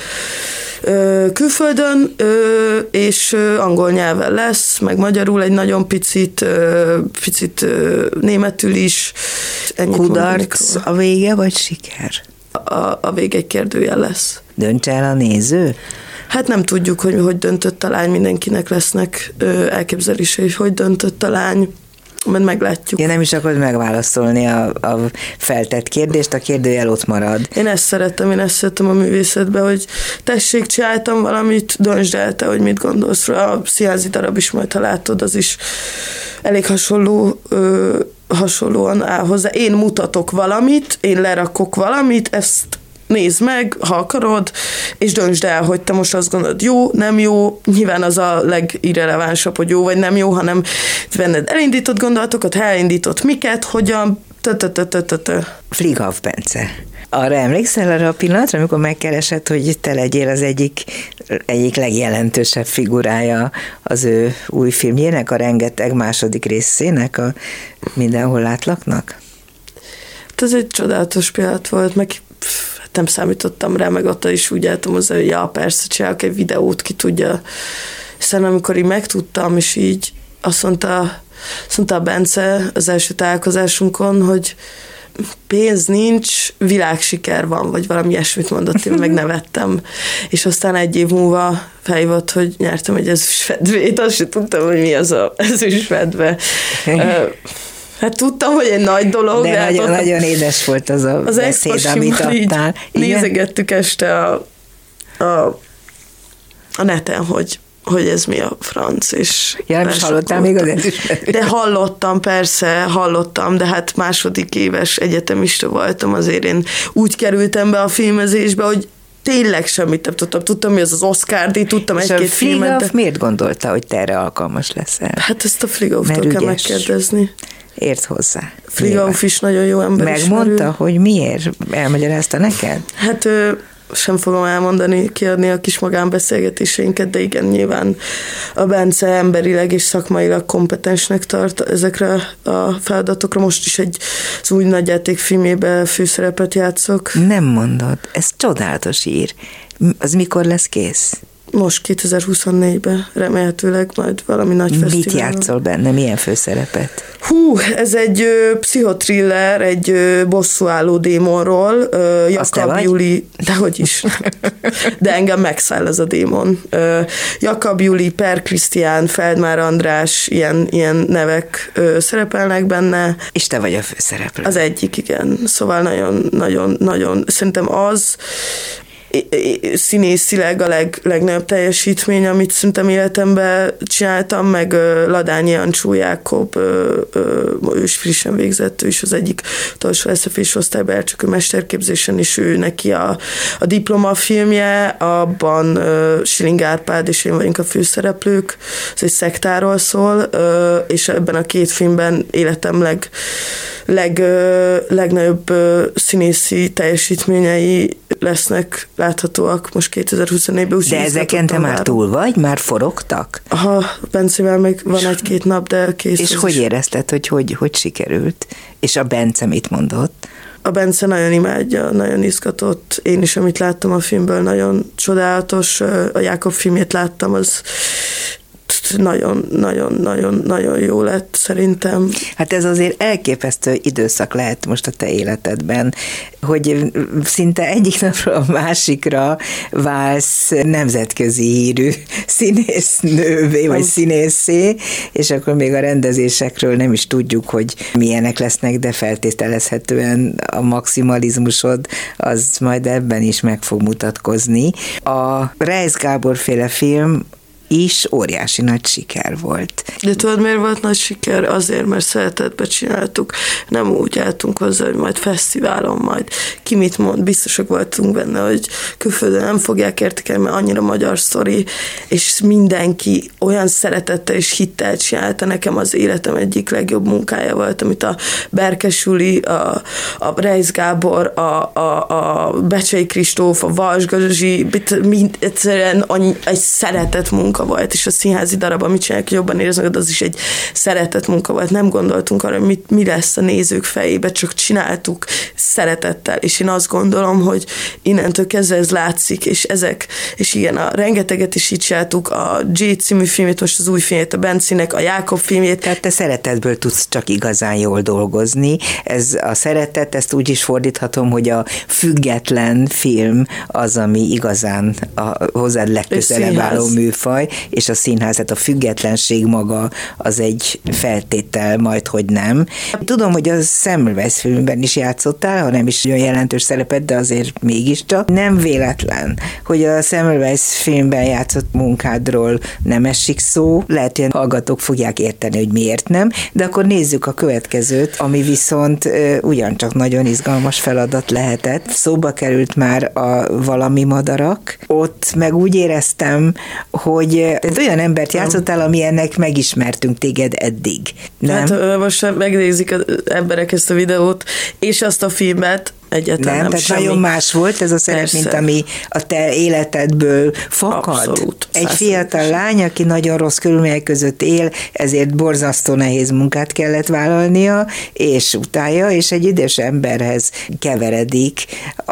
külföldön, és angol nyelven lesz, meg magyarul egy nagyon picit, picit németül is. Ennyit kudarc a vége, vagy siker? A, a vége egy kérdőjel lesz. Dönt el a néző? Hát nem tudjuk, hogy hogy döntött a lány, mindenkinek lesznek elképzelései, hogy hogy döntött a lány, mert meglátjuk. Én nem is akarod megválaszolni a, a feltett kérdést, a kérdőjel ott marad. Én ezt szerettem, én ezt szerettem a művészetben, hogy tessék, csináltam valamit, döntsd el te, hogy mit gondolsz rá. A Színházi darab is majd, ha látod, az is elég hasonló, ö, hasonlóan áll hozzá. Én mutatok valamit, én lerakok valamit, ezt nézd meg, ha akarod, és döntsd el, hogy te most azt gondolod, jó, nem jó, nyilván az a legirrelevánsabb, hogy jó vagy nem jó, hanem benned elindított gondolatokat, ha elindított miket, hogyan, tö-tö-tö-tö-tö. Flieghoff Bence. Arra emlékszel arra a pillanatra, amikor megkeresett, hogy te legyél az egyik, egyik legjelentősebb figurája az ő új filmjének, a rengeteg második részének, a Mindenhol látlaknak? Ez egy csodálatos pillanat volt, meg nem számítottam rá, meg ott is úgy álltam hozzá, hogy ja, persze, csinálok egy videót, ki tudja. Hiszen amikor így megtudtam, és így azt mondta, azt mondta a Bence az első találkozásunkon, hogy pénz nincs, világsiker van, vagy valami ilyesmit mondott, én meg nevettem. És aztán egy év múlva felhívott, hogy nyertem egy ezüstfedvét, azt sem tudtam, hogy mi az a ezüstfedve. Hát tudtam, hogy egy nagy dolog. De, de nagyon, hát nagyon édes volt az a az beszéd, amit adtál. Nézegettük este a, a, a neten, hogy, hogy ez mi a franc. És ja, nem is hallottál még az ezüstfedvét? De hallottam, persze, hallottam, de hát második éves egyetemista voltam, azért én úgy kerültem be a filmezésbe, hogy tényleg semmit nem tudtam. Tudtam, mi az az Oscar-díj, tudtam egy-két filmet. És a Flieghoff miért gondolta, hogy te erre alkalmas leszel? Hát ezt a Flieghoff-tól kell megkérdezni. Ért hozzá. Flieghoff is nagyon jó ember. Megmondta, ismerő. Hogy miért? Elmagyarázta neked? Hát sem fogom elmondani, kiadni a kis magánbeszélgetéseinket, de igen, nyilván a Bence emberileg és szakmailag kompetensnek tart ezekre a feladatokra. Most is egy az új nagyjátékfilmében főszerepet játszok. Nem mondod, ez csodálatos ír. Az mikor lesz kész? Most kétezer-huszonnégyben, remélhetőleg majd valami nagy fesztiválon. Mit játszol benne? Milyen főszerepet? Hú, ez egy ö, pszichotriller, egy ö, bosszúálló démonról. Ö, Jakab Juli, dehogy is. De engem megszáll ez a démon. Ö, Jakab Juli, Per Krisztián, Feldmár András, ilyen, ilyen nevek ö, szerepelnek benne. És te vagy a főszereplő. Az egyik, igen. Szóval nagyon, nagyon, nagyon, szerintem az színészileg a leg, legnagyobb teljesítmény, amit szerintem életemben csináltam, meg Ladányi Jancsó Jákob, ő is frissen végzett, ő is az egyik utolsó es ef es osztályban elcsökő mesterképzésen is, ő neki a, a diplomafilmje, abban Schilling Árpád és én vagyunk a főszereplők, ez egy szektáról szól, és ebben a két filmben életem leg, leg, legnagyobb színészi teljesítményei lesznek láthatóak most kétezer-huszonnégyben. De ezeken te már túl vagy? Már forogtak? Aha, Bencével még van egy-két nap, de kész. És hogy érezted, hogy, hogy hogy sikerült? És a Bence mit mondott? A Bence nagyon imádja, nagyon izgatott. Én is, amit láttam a filmből, nagyon csodálatos. A Jákob filmjét láttam, az nagyon-nagyon-nagyon-nagyon jó lett szerintem. Hát ez azért elképesztő időszak lehet most a te életedben, hogy szinte egyik napról a másikra válsz nemzetközi hírű színésznővé, vagy színészé, és akkor még a rendezésekről nem is tudjuk, hogy milyenek lesznek, de feltételezhetően a maximalizmusod az majd ebben is meg fog mutatkozni. A Reisz Gábor féle film is óriási nagy siker volt. De tudod, miért volt nagy siker? Azért, mert szeretetbe csináltuk. Nem úgy álltunk hozzá, hogy majd fesztiválon, majd ki mit mond, biztosak voltunk benne, hogy külföldön nem fogják értékelni, mert annyira magyar sztori, és mindenki olyan szeretettel és hittel csinálta. Nekem az életem egyik legjobb munkája volt, amit a Berkes Juli, a, a Reisz Gábor, a, a, a Becsei Kristóf, a Vals Gazsi, mind, egyszerűen annyi, egy szeretett munka volt, és a színházi darab, amit csinálják, jobban érezni, az is egy szeretett munka volt. Nem gondoltunk arra, hogy mit, mi lesz a nézők fejébe, csak csináltuk szeretettel, és én azt gondolom, hogy innentől kezdve ez látszik, és ezek, és igen, a rengeteget is így csináltuk, a J című filmét, most az új filmét, a Bencinek, a Jákob filmjét. Tehát te szeretetből tudsz csak igazán jól dolgozni. Ez a szeretet, ezt úgy is fordíthatom, hogy a független film az, ami igazán a hozzád legközelebb álló műfaj, és a színház, tehát a függetlenség maga az egy feltétel, majd hogy nem. Tudom, hogy a Semmelweis filmben is játszottál, ha nem is olyan jelentős szerepet, de azért mégiscsak. Nem véletlen, hogy a Semmelweis filmben játszott munkádról nem esik szó, lehet, hogy a hallgatók fogják érteni, hogy miért nem, de akkor nézzük a következőt, ami viszont uh, ugyancsak nagyon izgalmas feladat lehetett. Szóba került már a Valami madarak. Ott meg úgy éreztem, hogy egy olyan embert játszottál, ami ennek megismertünk téged eddig. Nem? Hát most megnézik az emberek ezt a videót, és azt a filmet, egyáltalán nem, nem tehát semmi. Nagyon más volt ez a szerep, Persze. mint ami a te életedből fakad. Abszolút. Egy fiatal lány, aki nagyon rossz körülmények között él, ezért borzasztó nehéz munkát kellett vállalnia, és utálja, és egy idős emberhez keveredik,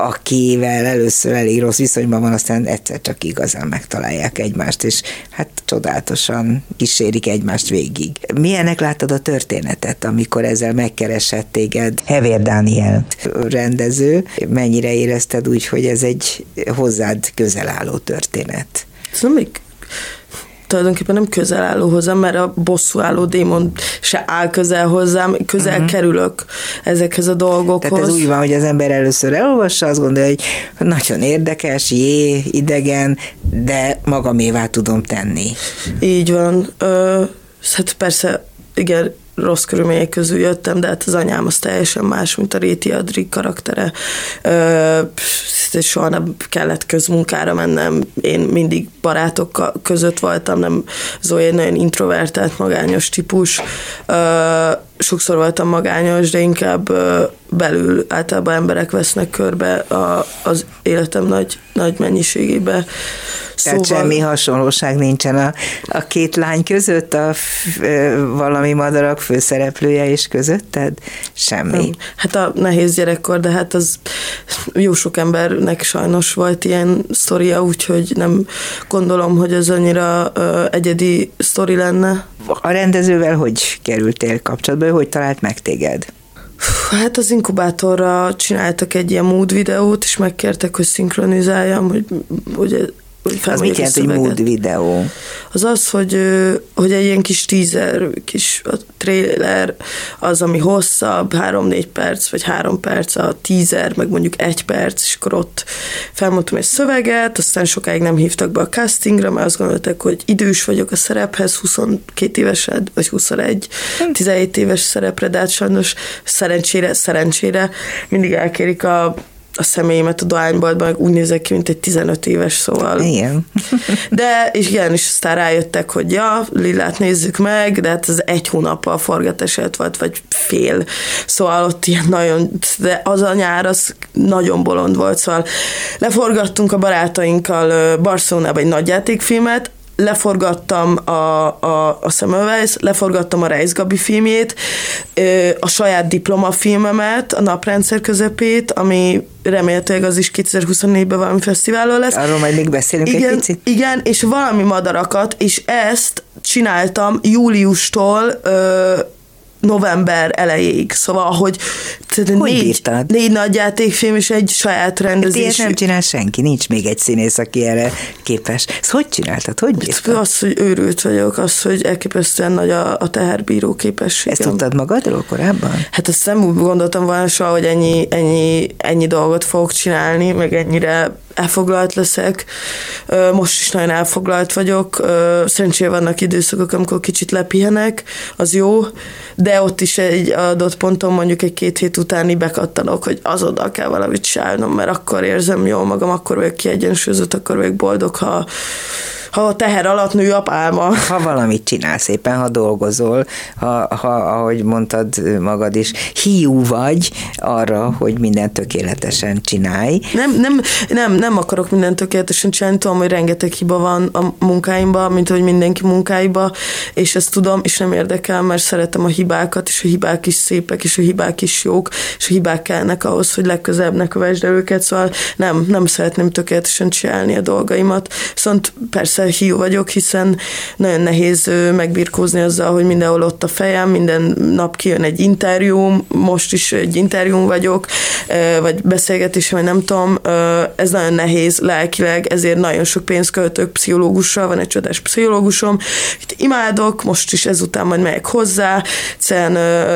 akivel először elég rossz viszonyban van, aztán egyszer csak igazán megtalálják egymást, és hát csodálatosan kísérik egymást végig. Milyennek láttad a történetet, amikor ezzel megkeresett téged Hevér Dániel rendező? Mennyire érezted úgy, hogy ez egy hozzád közel álló történet? Ez nem még tulajdonképpen nem közel álló hozzám, mert a bosszúálló démon se áll közel hozzám, közel uh-huh. kerülök ezekhez a dolgokhoz. Tehát ez úgy van, hogy az ember először elolvassa, azt gondolja, hogy nagyon érdekes, jé, idegen, de magamévá tudom tenni. Így van. Ö, hát persze, igen, rossz körülmények közül jöttem, de hát az anyám az teljesen más, mint a Réti Adri karaktere. Ö, soha nem kellett közmunkára mennem, én mindig barátok között voltam, nem Zoe egy nagyon introvertált, magányos típus. Ö, sokszor voltam magányos, de inkább ö, belül általában emberek vesznek körbe a, az életem nagy, nagy mennyiségébe. Tehát szóval... semmi hasonlóság nincsen a, a két lány között, a f, Valami madarak főszereplője és közötted? Semmi. Nem. Hát a nehéz gyerekkor, de hát az jó sok embernek sajnos volt ilyen sztoria, úgyhogy nem gondolom, hogy ez annyira uh, egyedi sztori lenne. A rendezővel hogy kerültél kapcsolatba? Hogy talált meg téged? Hát az inkubátorra csináltak egy ilyen mood videót, és megkértek, hogy szinkronizáljam, hogy, hogy az mit jelent, hogy mood videó? Az az, hogy, hogy egy ilyen kis teaser, kis a trailer, az, ami hosszabb, három-négy perc, vagy három perc, a teaser, meg mondjuk egy perc, és akkor ott felmondtam egy szöveget, aztán sokáig nem hívtak be a castingra, mert azt gondolták, hogy idős vagyok a szerephez, huszonkét évesen, vagy huszonegy, tizenhét éves szerepre, de hát sajnos szerencsére, szerencsére mindig elkérik a a személyemet a dohányboltban, úgy nézek ki, mint egy tizenöt éves, szóval. Igen. De, és igen, és aztán rájöttek, hogy ja, Lillát nézzük meg, de hát ez egy hónappal a forgatás előtt volt, vagy fél. Szóval ott ilyen nagyon, de az a nyár, az nagyon bolond volt, szóval leforgattunk a barátainkkal Barcelonába egy nagyjátékfilmet, leforgattam a, a, a Semmelweis, leforgattam a Reisz Gabi filmjét, a saját diplomafilmemet, a Naprendszer közepét, ami remélhetőleg az is kétezer-huszonnégyben valami fesztiválon lesz. Arról majd még beszélünk igen, egy picit. Igen, és valami madarakat, és ezt csináltam júliustól ö, november elejéig. Szóval, hogy, hogy négy, négy nagyjátékfilm és egy saját rendezés. Ilyet nem csinál senki, nincs még egy színész, aki erre képes. Ezt hogy csináltad? Hogy bírtad? Az, hogy őrült vagyok, az, hogy elképesztően nagy a, a teherbíró képességem. Ezt tudtad magadról korábban? Hát ezt nem úgy gondoltam volna soha, hogy ennyi, ennyi, ennyi dolgot fogok csinálni, meg ennyire elfoglalt leszek. Most is nagyon elfoglalt vagyok. Szerencsére vannak időszakok, amikor kicsit lepihenek, az jó, de ott is egy adott ponton mondjuk egy két hét utáni bekattanok, hogy azonnal kell valamit csinálnom, mert akkor érzem jól magam, akkor vagyok kiegyensúlyozott, akkor vagyok boldog, ha ha a teher alatt nő a pálma. Ha valamit csinálsz éppen, ha dolgozol, ha, ha ahogy mondtad magad is, hiú vagy arra, hogy mindent tökéletesen csinálj. Nem, nem, nem, nem akarok mindent tökéletesen csinálni, tudom, hogy rengeteg hiba van a munkáimban, mint hogy mindenki munkáiba, és ezt tudom, és nem érdekel, mert szeretem a hibákat, és a hibák is szépek, és a hibák is jók, és a hibák kellnek ahhoz, hogy legközelebb ne kövesd el őket, szóval nem, nem szeretném tökéletesen csinálni a dolgaimat. Viszont persze hiú vagyok, hiszen nagyon nehéz megbirkózni azzal, hogy mindenhol ott a fejem, minden nap kijön egy interjú, most is egy interjún vagyok, vagy beszélgetés, vagy nem tudom, ez nagyon nehéz lelkileg, ezért nagyon sok pénzt költök pszichológussal, van egy csodás pszichológusom, itt imádok, most is ezután majd megyek hozzá, egyszerűen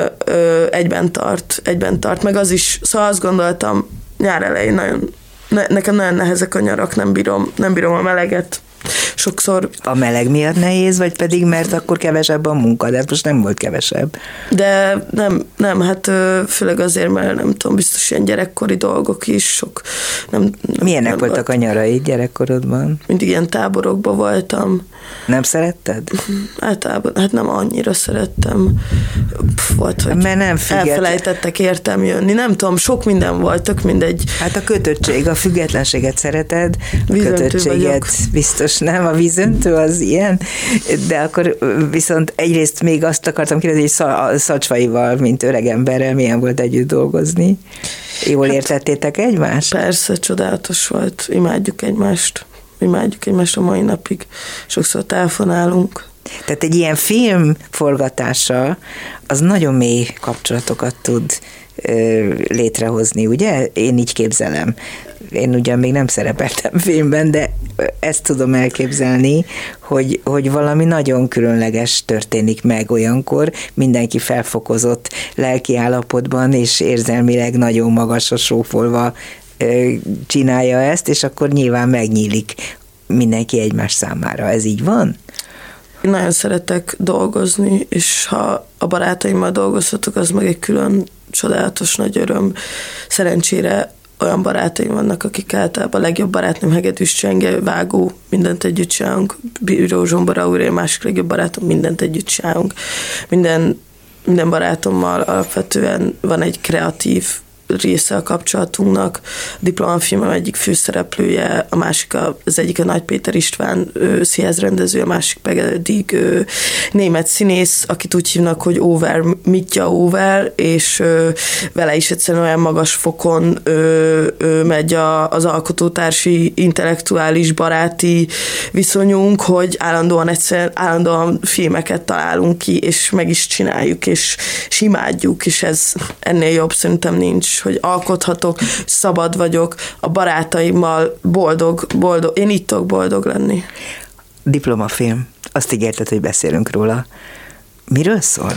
egyben tart, egyben tart, meg az is, szóval azt gondoltam nyár elején nagyon, ne, nekem nagyon nehezek a nyarak, nem bírom, nem bírom a meleget. Sokszor. A meleg miatt nehéz, vagy pedig mert akkor kevesebb a munka, de most nem volt kevesebb. De nem, nem, hát főleg azért, mert nem tudom, biztos ilyen gyerekkori dolgok is, sok. Nem, nem, Milyenek nem voltak volt. A nyaraid gyerekkorodban? Mindig ilyen táborokban voltam. Nem szeretted? Általában, hát nem annyira szerettem. Pff, volt, hogy mert nem függet... elfelejtettek értem jönni. Nem tudom, sok minden volt, tök mindegy. Hát a kötöttség, a függetlenséget szereted, a Vízöntő kötöttséget vagyok. Biztos nem, a vízöntő az ilyen, de akkor viszont egyrészt még azt akartam kérdezni, hogy Szacsvaival, mint öreg emberrel milyen volt együtt dolgozni? Jól hát, értettétek egymást? Persze, csodálatos volt. Imádjuk egymást. Imádjuk egymást a mai napig. Sokszor telefonálunk. Tehát egy ilyen film forgatása az nagyon mély kapcsolatokat tud ö, létrehozni, ugye? Én így képzelem. Én ugyan még nem szerepeltem filmben, de ezt tudom elképzelni, hogy, hogy valami nagyon különleges történik meg olyankor, mindenki felfokozott lelki állapotban, és érzelmileg nagyon magasra sófolva ö, csinálja ezt, és akkor nyilván megnyílik mindenki egymás számára. Ez így van? Én nagyon szeretek dolgozni, és ha a barátaimmal dolgozhatok, az meg egy külön csodálatos nagy öröm. Szerencsére olyan barátaim vannak, akik általában a legjobb barátnőm Hegedűs Csenge, vágó, mindent együtt csinálunk, Bíró Zsombor úr, a másik legjobb barátom, mindent együtt csinálunk. Minden, minden barátommal alapvetően van egy kreatív része a kapcsolatunknak. A diplomafilmem egyik főszereplője, a másik a, az egyik a Nagy Péter István színházrendező, a másik pedig ő, német színész, akit úgy hívnak, hogy Over, Mitya Over, és ö, vele is egyszerűen olyan magas fokon ö, ö, megy a, az alkotótársi, intellektuális, baráti viszonyunk, hogy állandóan egyszerűen állandóan filmeket találunk ki, és meg is csináljuk, és, és imádjuk, és ez ennél jobb szerintem nincs, hogy alkothatok, szabad vagyok, a barátaimmal boldog, boldog. Én itt tudok boldog lenni. Diplomafilm. Azt ígérted, hogy beszélünk róla. Miről szól?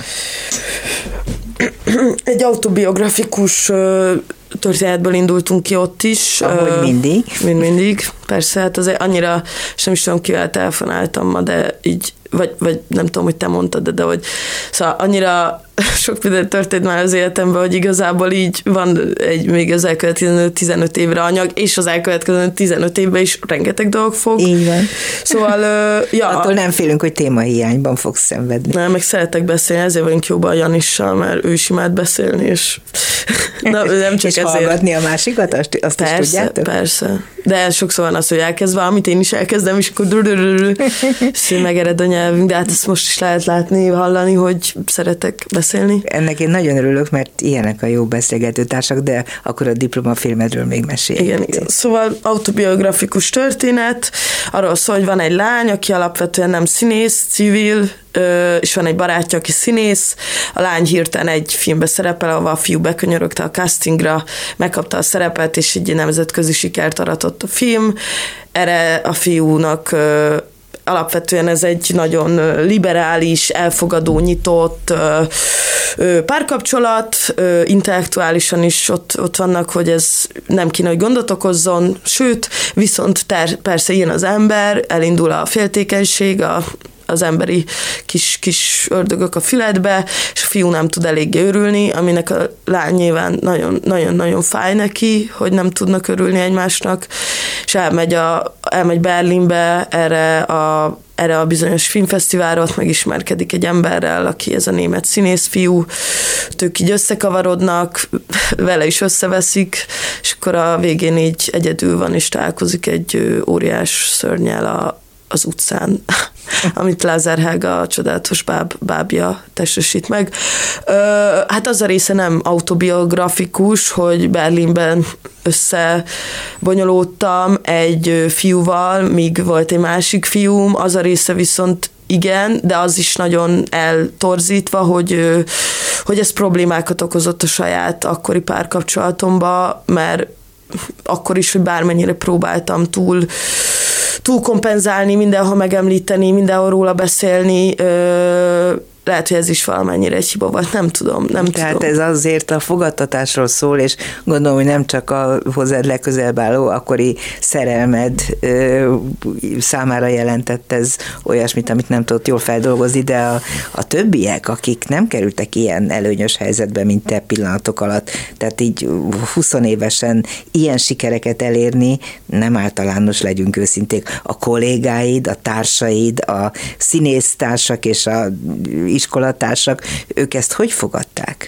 Egy autobiografikus történetből indultunk ki ott is. Ahogy mindig. Mind mindig. Persze, hát azért annyira, sem is tudom, kivel telefonáltam ma, de így, vagy, vagy nem tudom, hogy te mondtad, de, de hogy szóval annyira sok minden történt már az életemben, hogy igazából így van egy még az elkövetkező tizenöt évre anyag, és az elkövetkező tizenöt évben is rengeteg dolog fog. Így van. Szóval, ja. Attól nem félünk, hogy témahiányban fogsz szenvedni. Nem, meg szeretek beszélni, ezért vagyunk jóban a Janissal, mert ő is imád beszélni, és na, nem csak és ezért. hallgatni a másikat, azt, azt persze, is tudjátok? Persze, De sokszor van az, hogy elkezd valamit, én is elkezdem, és akkor és megered a nyelvünk, de hát ezt most is lehet látni, hallani, hogy szeretek beszélni. Ennek én nagyon örülök, mert ilyenek a jó beszélgetőtársak, de akkor a diplomafilmedről még mesélj. Igen, igen. Szóval autobiografikus történet, arról szól, hogy van egy lány, aki alapvetően nem színész, civil, és van egy barátja, aki színész. A lány hirtelen egy filmbe szerepel, ahol a fiú bekönyörögte a castingra, megkapta a szerepet, és egy nemzetközi sikert aratott a film. Erre a fiúnak alapvetően ez egy nagyon liberális, elfogadó, nyitott párkapcsolat, intellektuálisan is ott, ott vannak, hogy ez nem kéne, hogy gondot okozzon, sőt, viszont ter, persze ilyen az ember, elindul a féltékenység, a az emberi kis, kis ördögök a füledbe, és a fiú nem tud eléggé örülni, aminek a lány nyilván nagyon-nagyon fáj neki, hogy nem tudnak örülni egymásnak, és elmegy, a, elmegy Berlinbe erre a, erre a bizonyos filmfesztiválra, ott megismerkedik egy emberrel, aki ez a német színész fiú, ők így összekavarodnak, vele is összeveszik, és akkor a végén így egyedül van, és találkozik egy óriás szörnyel a az utcán, amit Lázár Helga, a csodálatos báb, bábja testesít meg. Ö, hát az a része nem autobiografikus, hogy Berlinben összebonyolódtam egy fiúval, míg volt egy másik fiúm, az a része viszont igen, de az is nagyon eltorzítva, hogy, hogy ez problémákat okozott a saját akkori párkapcsolatomba, mert akkor is, hogy bármennyire próbáltam túl túl kompenzálni, mindenhol megemlíteni, mindenhol róla beszélni, ö, lehet, hogy ez is valamennyire egy hiba volt, nem tudom, nem Tehát tudom. ez azért a fogadtatásról szól, és gondolom, hogy nem csak a hozzád legközelebb álló akkori szerelmed ö, számára jelentett ez olyasmit, amit nem tudott jól feldolgozni, de a, a többiek, akik nem kerültek ilyen előnyös helyzetbe, mint te pillanatok alatt, tehát így huszonévesen ilyen sikereket elérni, nem általános, legyünk őszinték, a kollégáid, a társaid, a színésztársak és a iskolatársak, ők ezt hogy fogadták?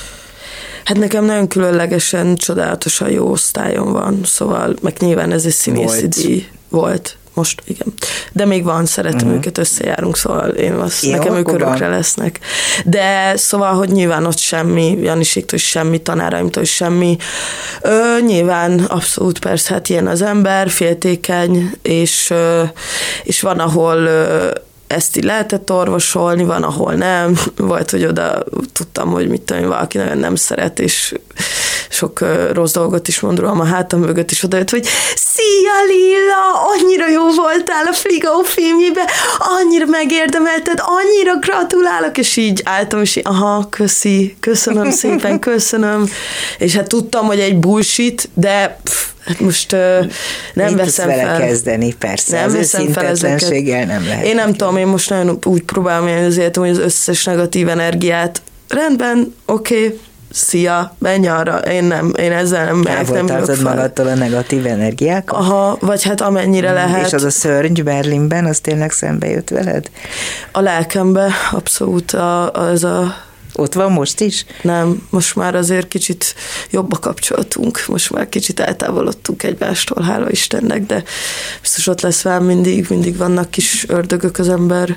Hát nekem nagyon különlegesen, csodálatosan jó osztályom van, szóval meg nyilván ez egy színészi díj volt. Most igen. De még van, szeretem uh-huh. őket, összejárunk, szóval én azt, jó, nekem ők örökre lesznek. De szóval, hogy nyilván ott semmi, Janiséktól is semmi, tanáraimtól is semmi. Ö, nyilván abszolút persze, hát ilyen az ember, féltékeny, és, ö, és van, ahol ö, ezt így lehetett orvosolni, van, ahol nem. Volt, hogy oda tudtam, hogy mit tudom, valaki nagyon nem szeret, és sok uh, rossz dolgot is mond rólam a hátam mögött, és odajött, hogy szia Lilla, annyira jó voltál a Fligó filmjében, annyira megérdemelted, annyira gratulálok, és így álltam, és így, aha, köszi, köszönöm szépen, köszönöm, és hát tudtam, hogy egy bullshit, de pff, hát most uh, nem Mit veszem vele fel. kezdeni, persze, nem az őszintetlenséggel nem lehet. Én nem tudom, én most nagyon úgy próbálom élni az életem, hogy az összes negatív energiát rendben, oké, okay, szia, menj arra, én nem, én ezzel nem megyek, nem tartod magadtól a negatív energiákat? Aha, vagy hát amennyire lehet. És az a szörny Berlinben, az tényleg szembe jött veled? A lelkembe, abszolút a, az a... Ott van most is? Nem, most már azért kicsit jobb a kapcsolatunk, most már kicsit eltávolodtunk egymástól, hála Istennek, de biztos ott lesz velem mindig, mindig vannak kis ördögök az ember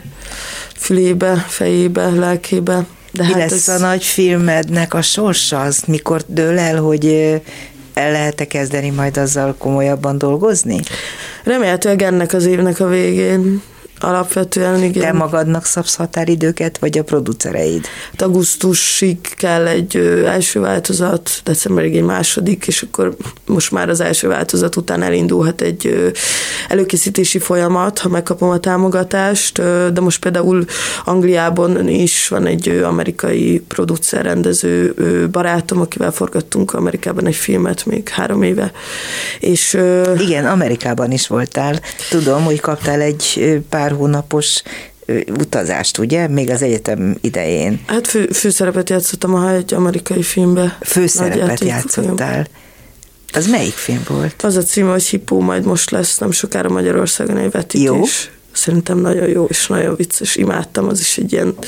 fülébe, fejébe, lelkébe. De Mi hát lesz ez... a nagy filmednek a sorsa? Az mikor dől el, hogy el lehet-e kezdeni majd azzal komolyabban dolgozni? Remélhetőleg ennek az évnek a végén. Alapvetően igen. Te magadnak szabsz határidőket, vagy a producereid? Augusztusig kell egy ö, első változat, decemberig egy második, és akkor most már az első változat után elindulhat egy ö, előkészítési folyamat, ha megkapom a támogatást, ö, de most például Angliában is van egy ö, amerikai producer, rendező ö, barátom, akivel forgattunk Amerikában egy filmet még három éve. És, ö, igen, Amerikában is voltál. Tudom, hogy kaptál egy pár hónapos utazást, ugye? Még az egyetem idején. Hát fő, főszerepet játszottam a egy amerikai filmbe. Főszerepet játszottál. Az melyik film volt? Az a címe, hogy Hippó, majd most lesz nem sokára Magyarországon egy vetítés. Jó. Szerintem nagyon jó és nagyon vicces. Imádtam, az is egy ilyen...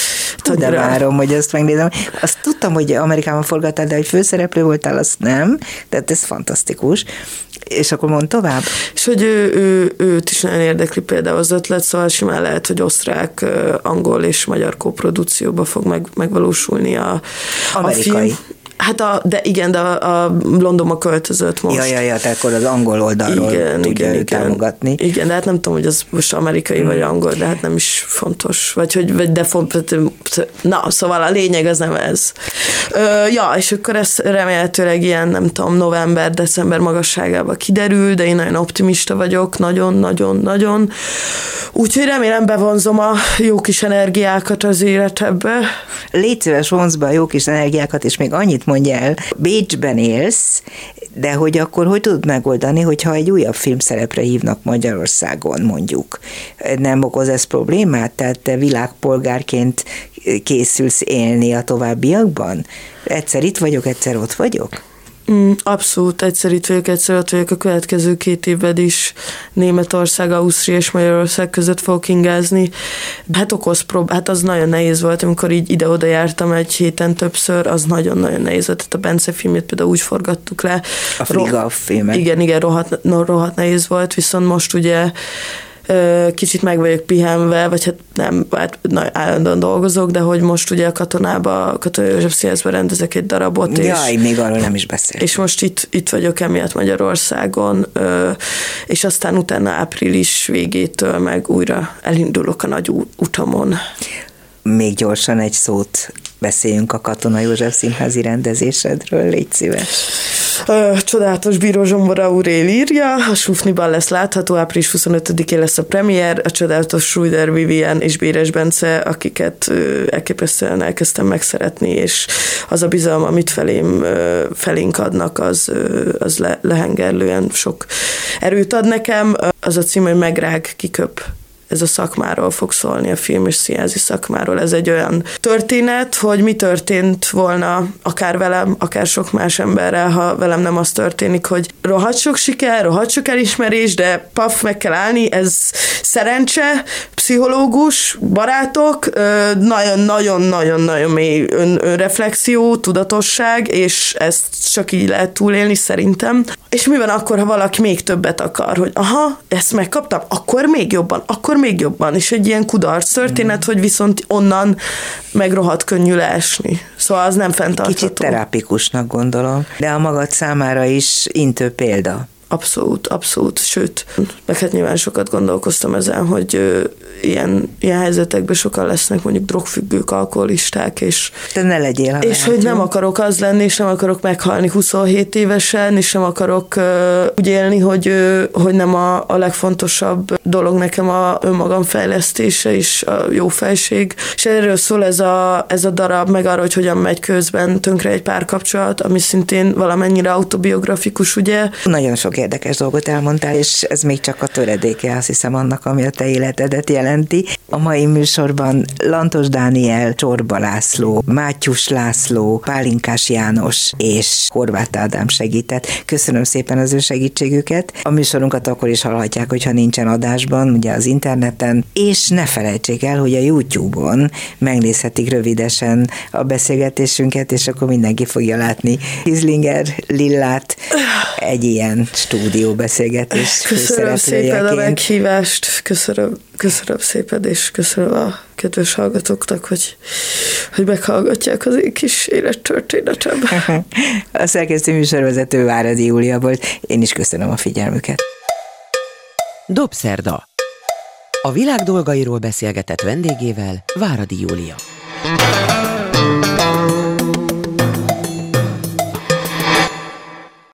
De várom, hogy azt megnézem. Azt tudtam, hogy Amerikában forgattál, de hogy főszereplő voltál, azt nem. Tehát ez fantasztikus. És akkor mond tovább? És hogy ő, ő, őt is nagyon érdekli például az ötlet, szóval simán lehet, hogy osztrák, angol és magyar koprodukcióba fog meg, megvalósulni a, Amerikai. a film. Hát a, de igen, de a, a Londonba költözött most. Ja, ja, ja, tehát akkor az angol oldalról igen, tudja igen, ő igen. támogatni. Igen, de hát nem tudom, hogy az most amerikai hmm. vagy angol, de hát nem is fontos. Vagy hogy, vagy de fontos. Na, szóval a lényeg az nem ez. Ö, ja, és akkor ez remélhetőleg ilyen, nem tudom, november-december magasságába kiderül, de én nagyon optimista vagyok, nagyon-nagyon-nagyon. Úgyhogy remélem bevonzom a jó kis energiákat az életebbe. Légy szíves, vonzd be a jó kis energiákat, és még annyit mondj el, Bécsben élsz, de hogy akkor hogy tudod megoldani, hogyha egy újabb filmszerepre hívnak Magyarországon, mondjuk? Nem okoz ez problémát? Tehát te világpolgárként készülsz élni a továbbiakban? Egyszer itt vagyok, egyszer ott vagyok? Mm, abszolút, egyszer itt vagyok, egyszer ott vagyok, a következő két évben is Németország, Ausztria és Magyarország között fogok ingázni. Hát okoz prób, hát az nagyon nehéz volt, amikor így ide-oda jártam egy héten többször, az nagyon-nagyon nehéz volt. Tehát a Bence filmét például úgy forgattuk le. A Friga filmet. Igen, igen, rohadt, no, rohadt nehéz volt, viszont most ugye kicsit meg vagyok pihenve, vagy hát nem, hát állandóan dolgozok, de hogy most ugye a Katonába, a Katona József Színházban rendezek egy darabot. Jaj, és, még arról nem is beszéltem. És most itt, itt vagyok emiatt Magyarországon, és aztán utána április végétől meg újra elindulok a nagy utamon. Még gyorsan egy szót beszéljünk a Katona József Színházi rendezésedről, légy szíves. Csodálatos Bíró Zsombor Aurél írja, a Sufniban lesz látható, április huszonötödikén lesz a premier, a csodálatos Schruder Vivien és Béres Bence, akiket elképesztően elkezdtem megszeretni, és az a bizalom, amit felém, felénk adnak, az, az le, lehengerlően sok erőt ad nekem. Az a cím, hogy Megrág, kiköp. Ez a szakmáról fog szólni, a film és színházi szakmáról. Ez egy olyan történet, hogy mi történt volna akár velem, akár sok más emberrel, ha velem nem az történik, hogy rohadt sok siker, rohadt sok elismerés, de paf, meg kell állni, ez szerencse, pszichológus, barátok, nagyon-nagyon-nagyon-nagyon mély ön, önreflexió, tudatosság, és ezt csak így lehet túlélni szerintem. És mi van akkor, ha valaki még többet akar, hogy aha, ezt megkaptam, akkor még jobban, akkor még jobban, és egy ilyen kudarc történet, mm. hogy viszont onnan meg rohadt könnyű leesni. Szóval az nem fenntartható. Kicsit terápikusnak gondolom, de a magad számára is intő példa. Abszolút, abszolút, sőt, meg hát nyilván sokat gondolkoztam ezen, hogy ö, ilyen, ilyen helyzetekben sokan lesznek mondjuk drogfüggők, alkoholisták, és, te ne legyél, és lehet, hogy nem jó. akarok az lenni, és nem akarok meghalni huszonhét évesen, és nem akarok ö, úgy élni, hogy, ö, hogy nem a, a legfontosabb dolog nekem a önmagam fejlesztése és a jó fejség. És erről szól ez a, ez a darab, meg arra, hogy hogyan megy közben tönkre egy párkapcsolat, ami szintén valamennyire autobiografikus, ugye. Nagyon sok érdekes dolgot elmondtál, és ez még csak a töredéke, azt hiszem, annak, ami a te életedet jelenti. A mai műsorban Lantos Dániel, Csorba László, Mátyus László, Pálinkás János és Horváth Ádám segített. Köszönöm szépen az ő segítségüket. A műsorunkat akkor is hallhatják, hogyha nincsen adásban, ugye az interneten, és ne felejtsék el, hogy a YouTube-on megnézhetik rövidesen a beszélgetésünket, és akkor mindenki fogja látni Hizlinger Lillát egy ilyen stúdióbeszélgetés Köszönöm szépen a meghívást, köszönöm, köszönöm szépen, és köszönöm a kedves hallgatóknak, hogy, hogy meghallgatják az én kis élettörténetem. A szerkesztő műsorvezető Váradi Júlia volt, én is köszönöm a figyelmüket. Dobszerda. A világ dolgairól beszélgetett vendégével Váradi Júlia.